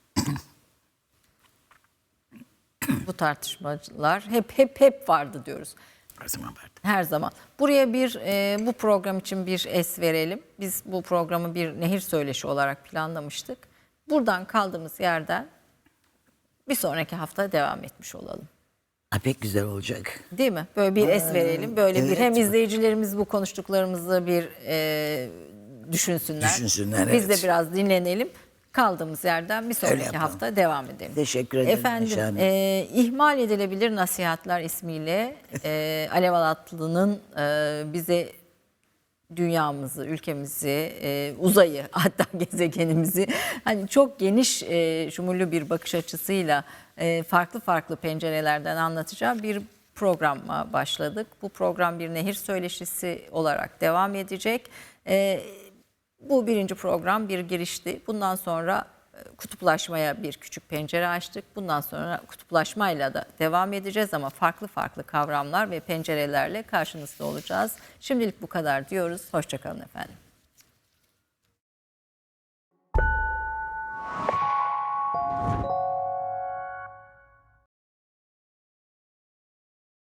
Bu tartışmalar hep hep hep vardı diyoruz. her zaman vardı. Her zaman. Buraya bir e, bu program için bir es verelim. Biz bu programı bir nehir söyleşi olarak planlamıştık. Buradan kaldığımız yerden bir sonraki hafta devam etmiş olalım. Ha, pek güzel olacak. Değil mi? Böyle bir es verelim. Böyle bir evet. hem izleyicilerimiz bu konuştuklarımızı bir e, düşünsünler. Düşünsünler, Biz de evet. biraz dinlenelim. Kaldığımız yerden bir sonraki yapalım. hafta devam edelim. Teşekkür ederim Efendim, Neşe Hanım. e, ihmal edilebilir nasihatler ismiyle e, Alev Alatlı'nın e, bize dünyamızı, ülkemizi, e, uzayı, hatta gezegenimizi hani çok geniş e, şumullü bir bakış açısıyla e, farklı farklı pencerelerden anlatacağı bir programa başladık. Bu program bir nehir söyleşisi olarak devam edecek. E, bu birinci program bir girişti. Bundan sonra e, kutuplaşmaya bir küçük pencere açtık. Bundan sonra kutuplaşmayla da devam edeceğiz ama farklı farklı kavramlar ve pencerelerle karşınızda olacağız. Şimdilik bu kadar diyoruz. Hoşça kalın efendim.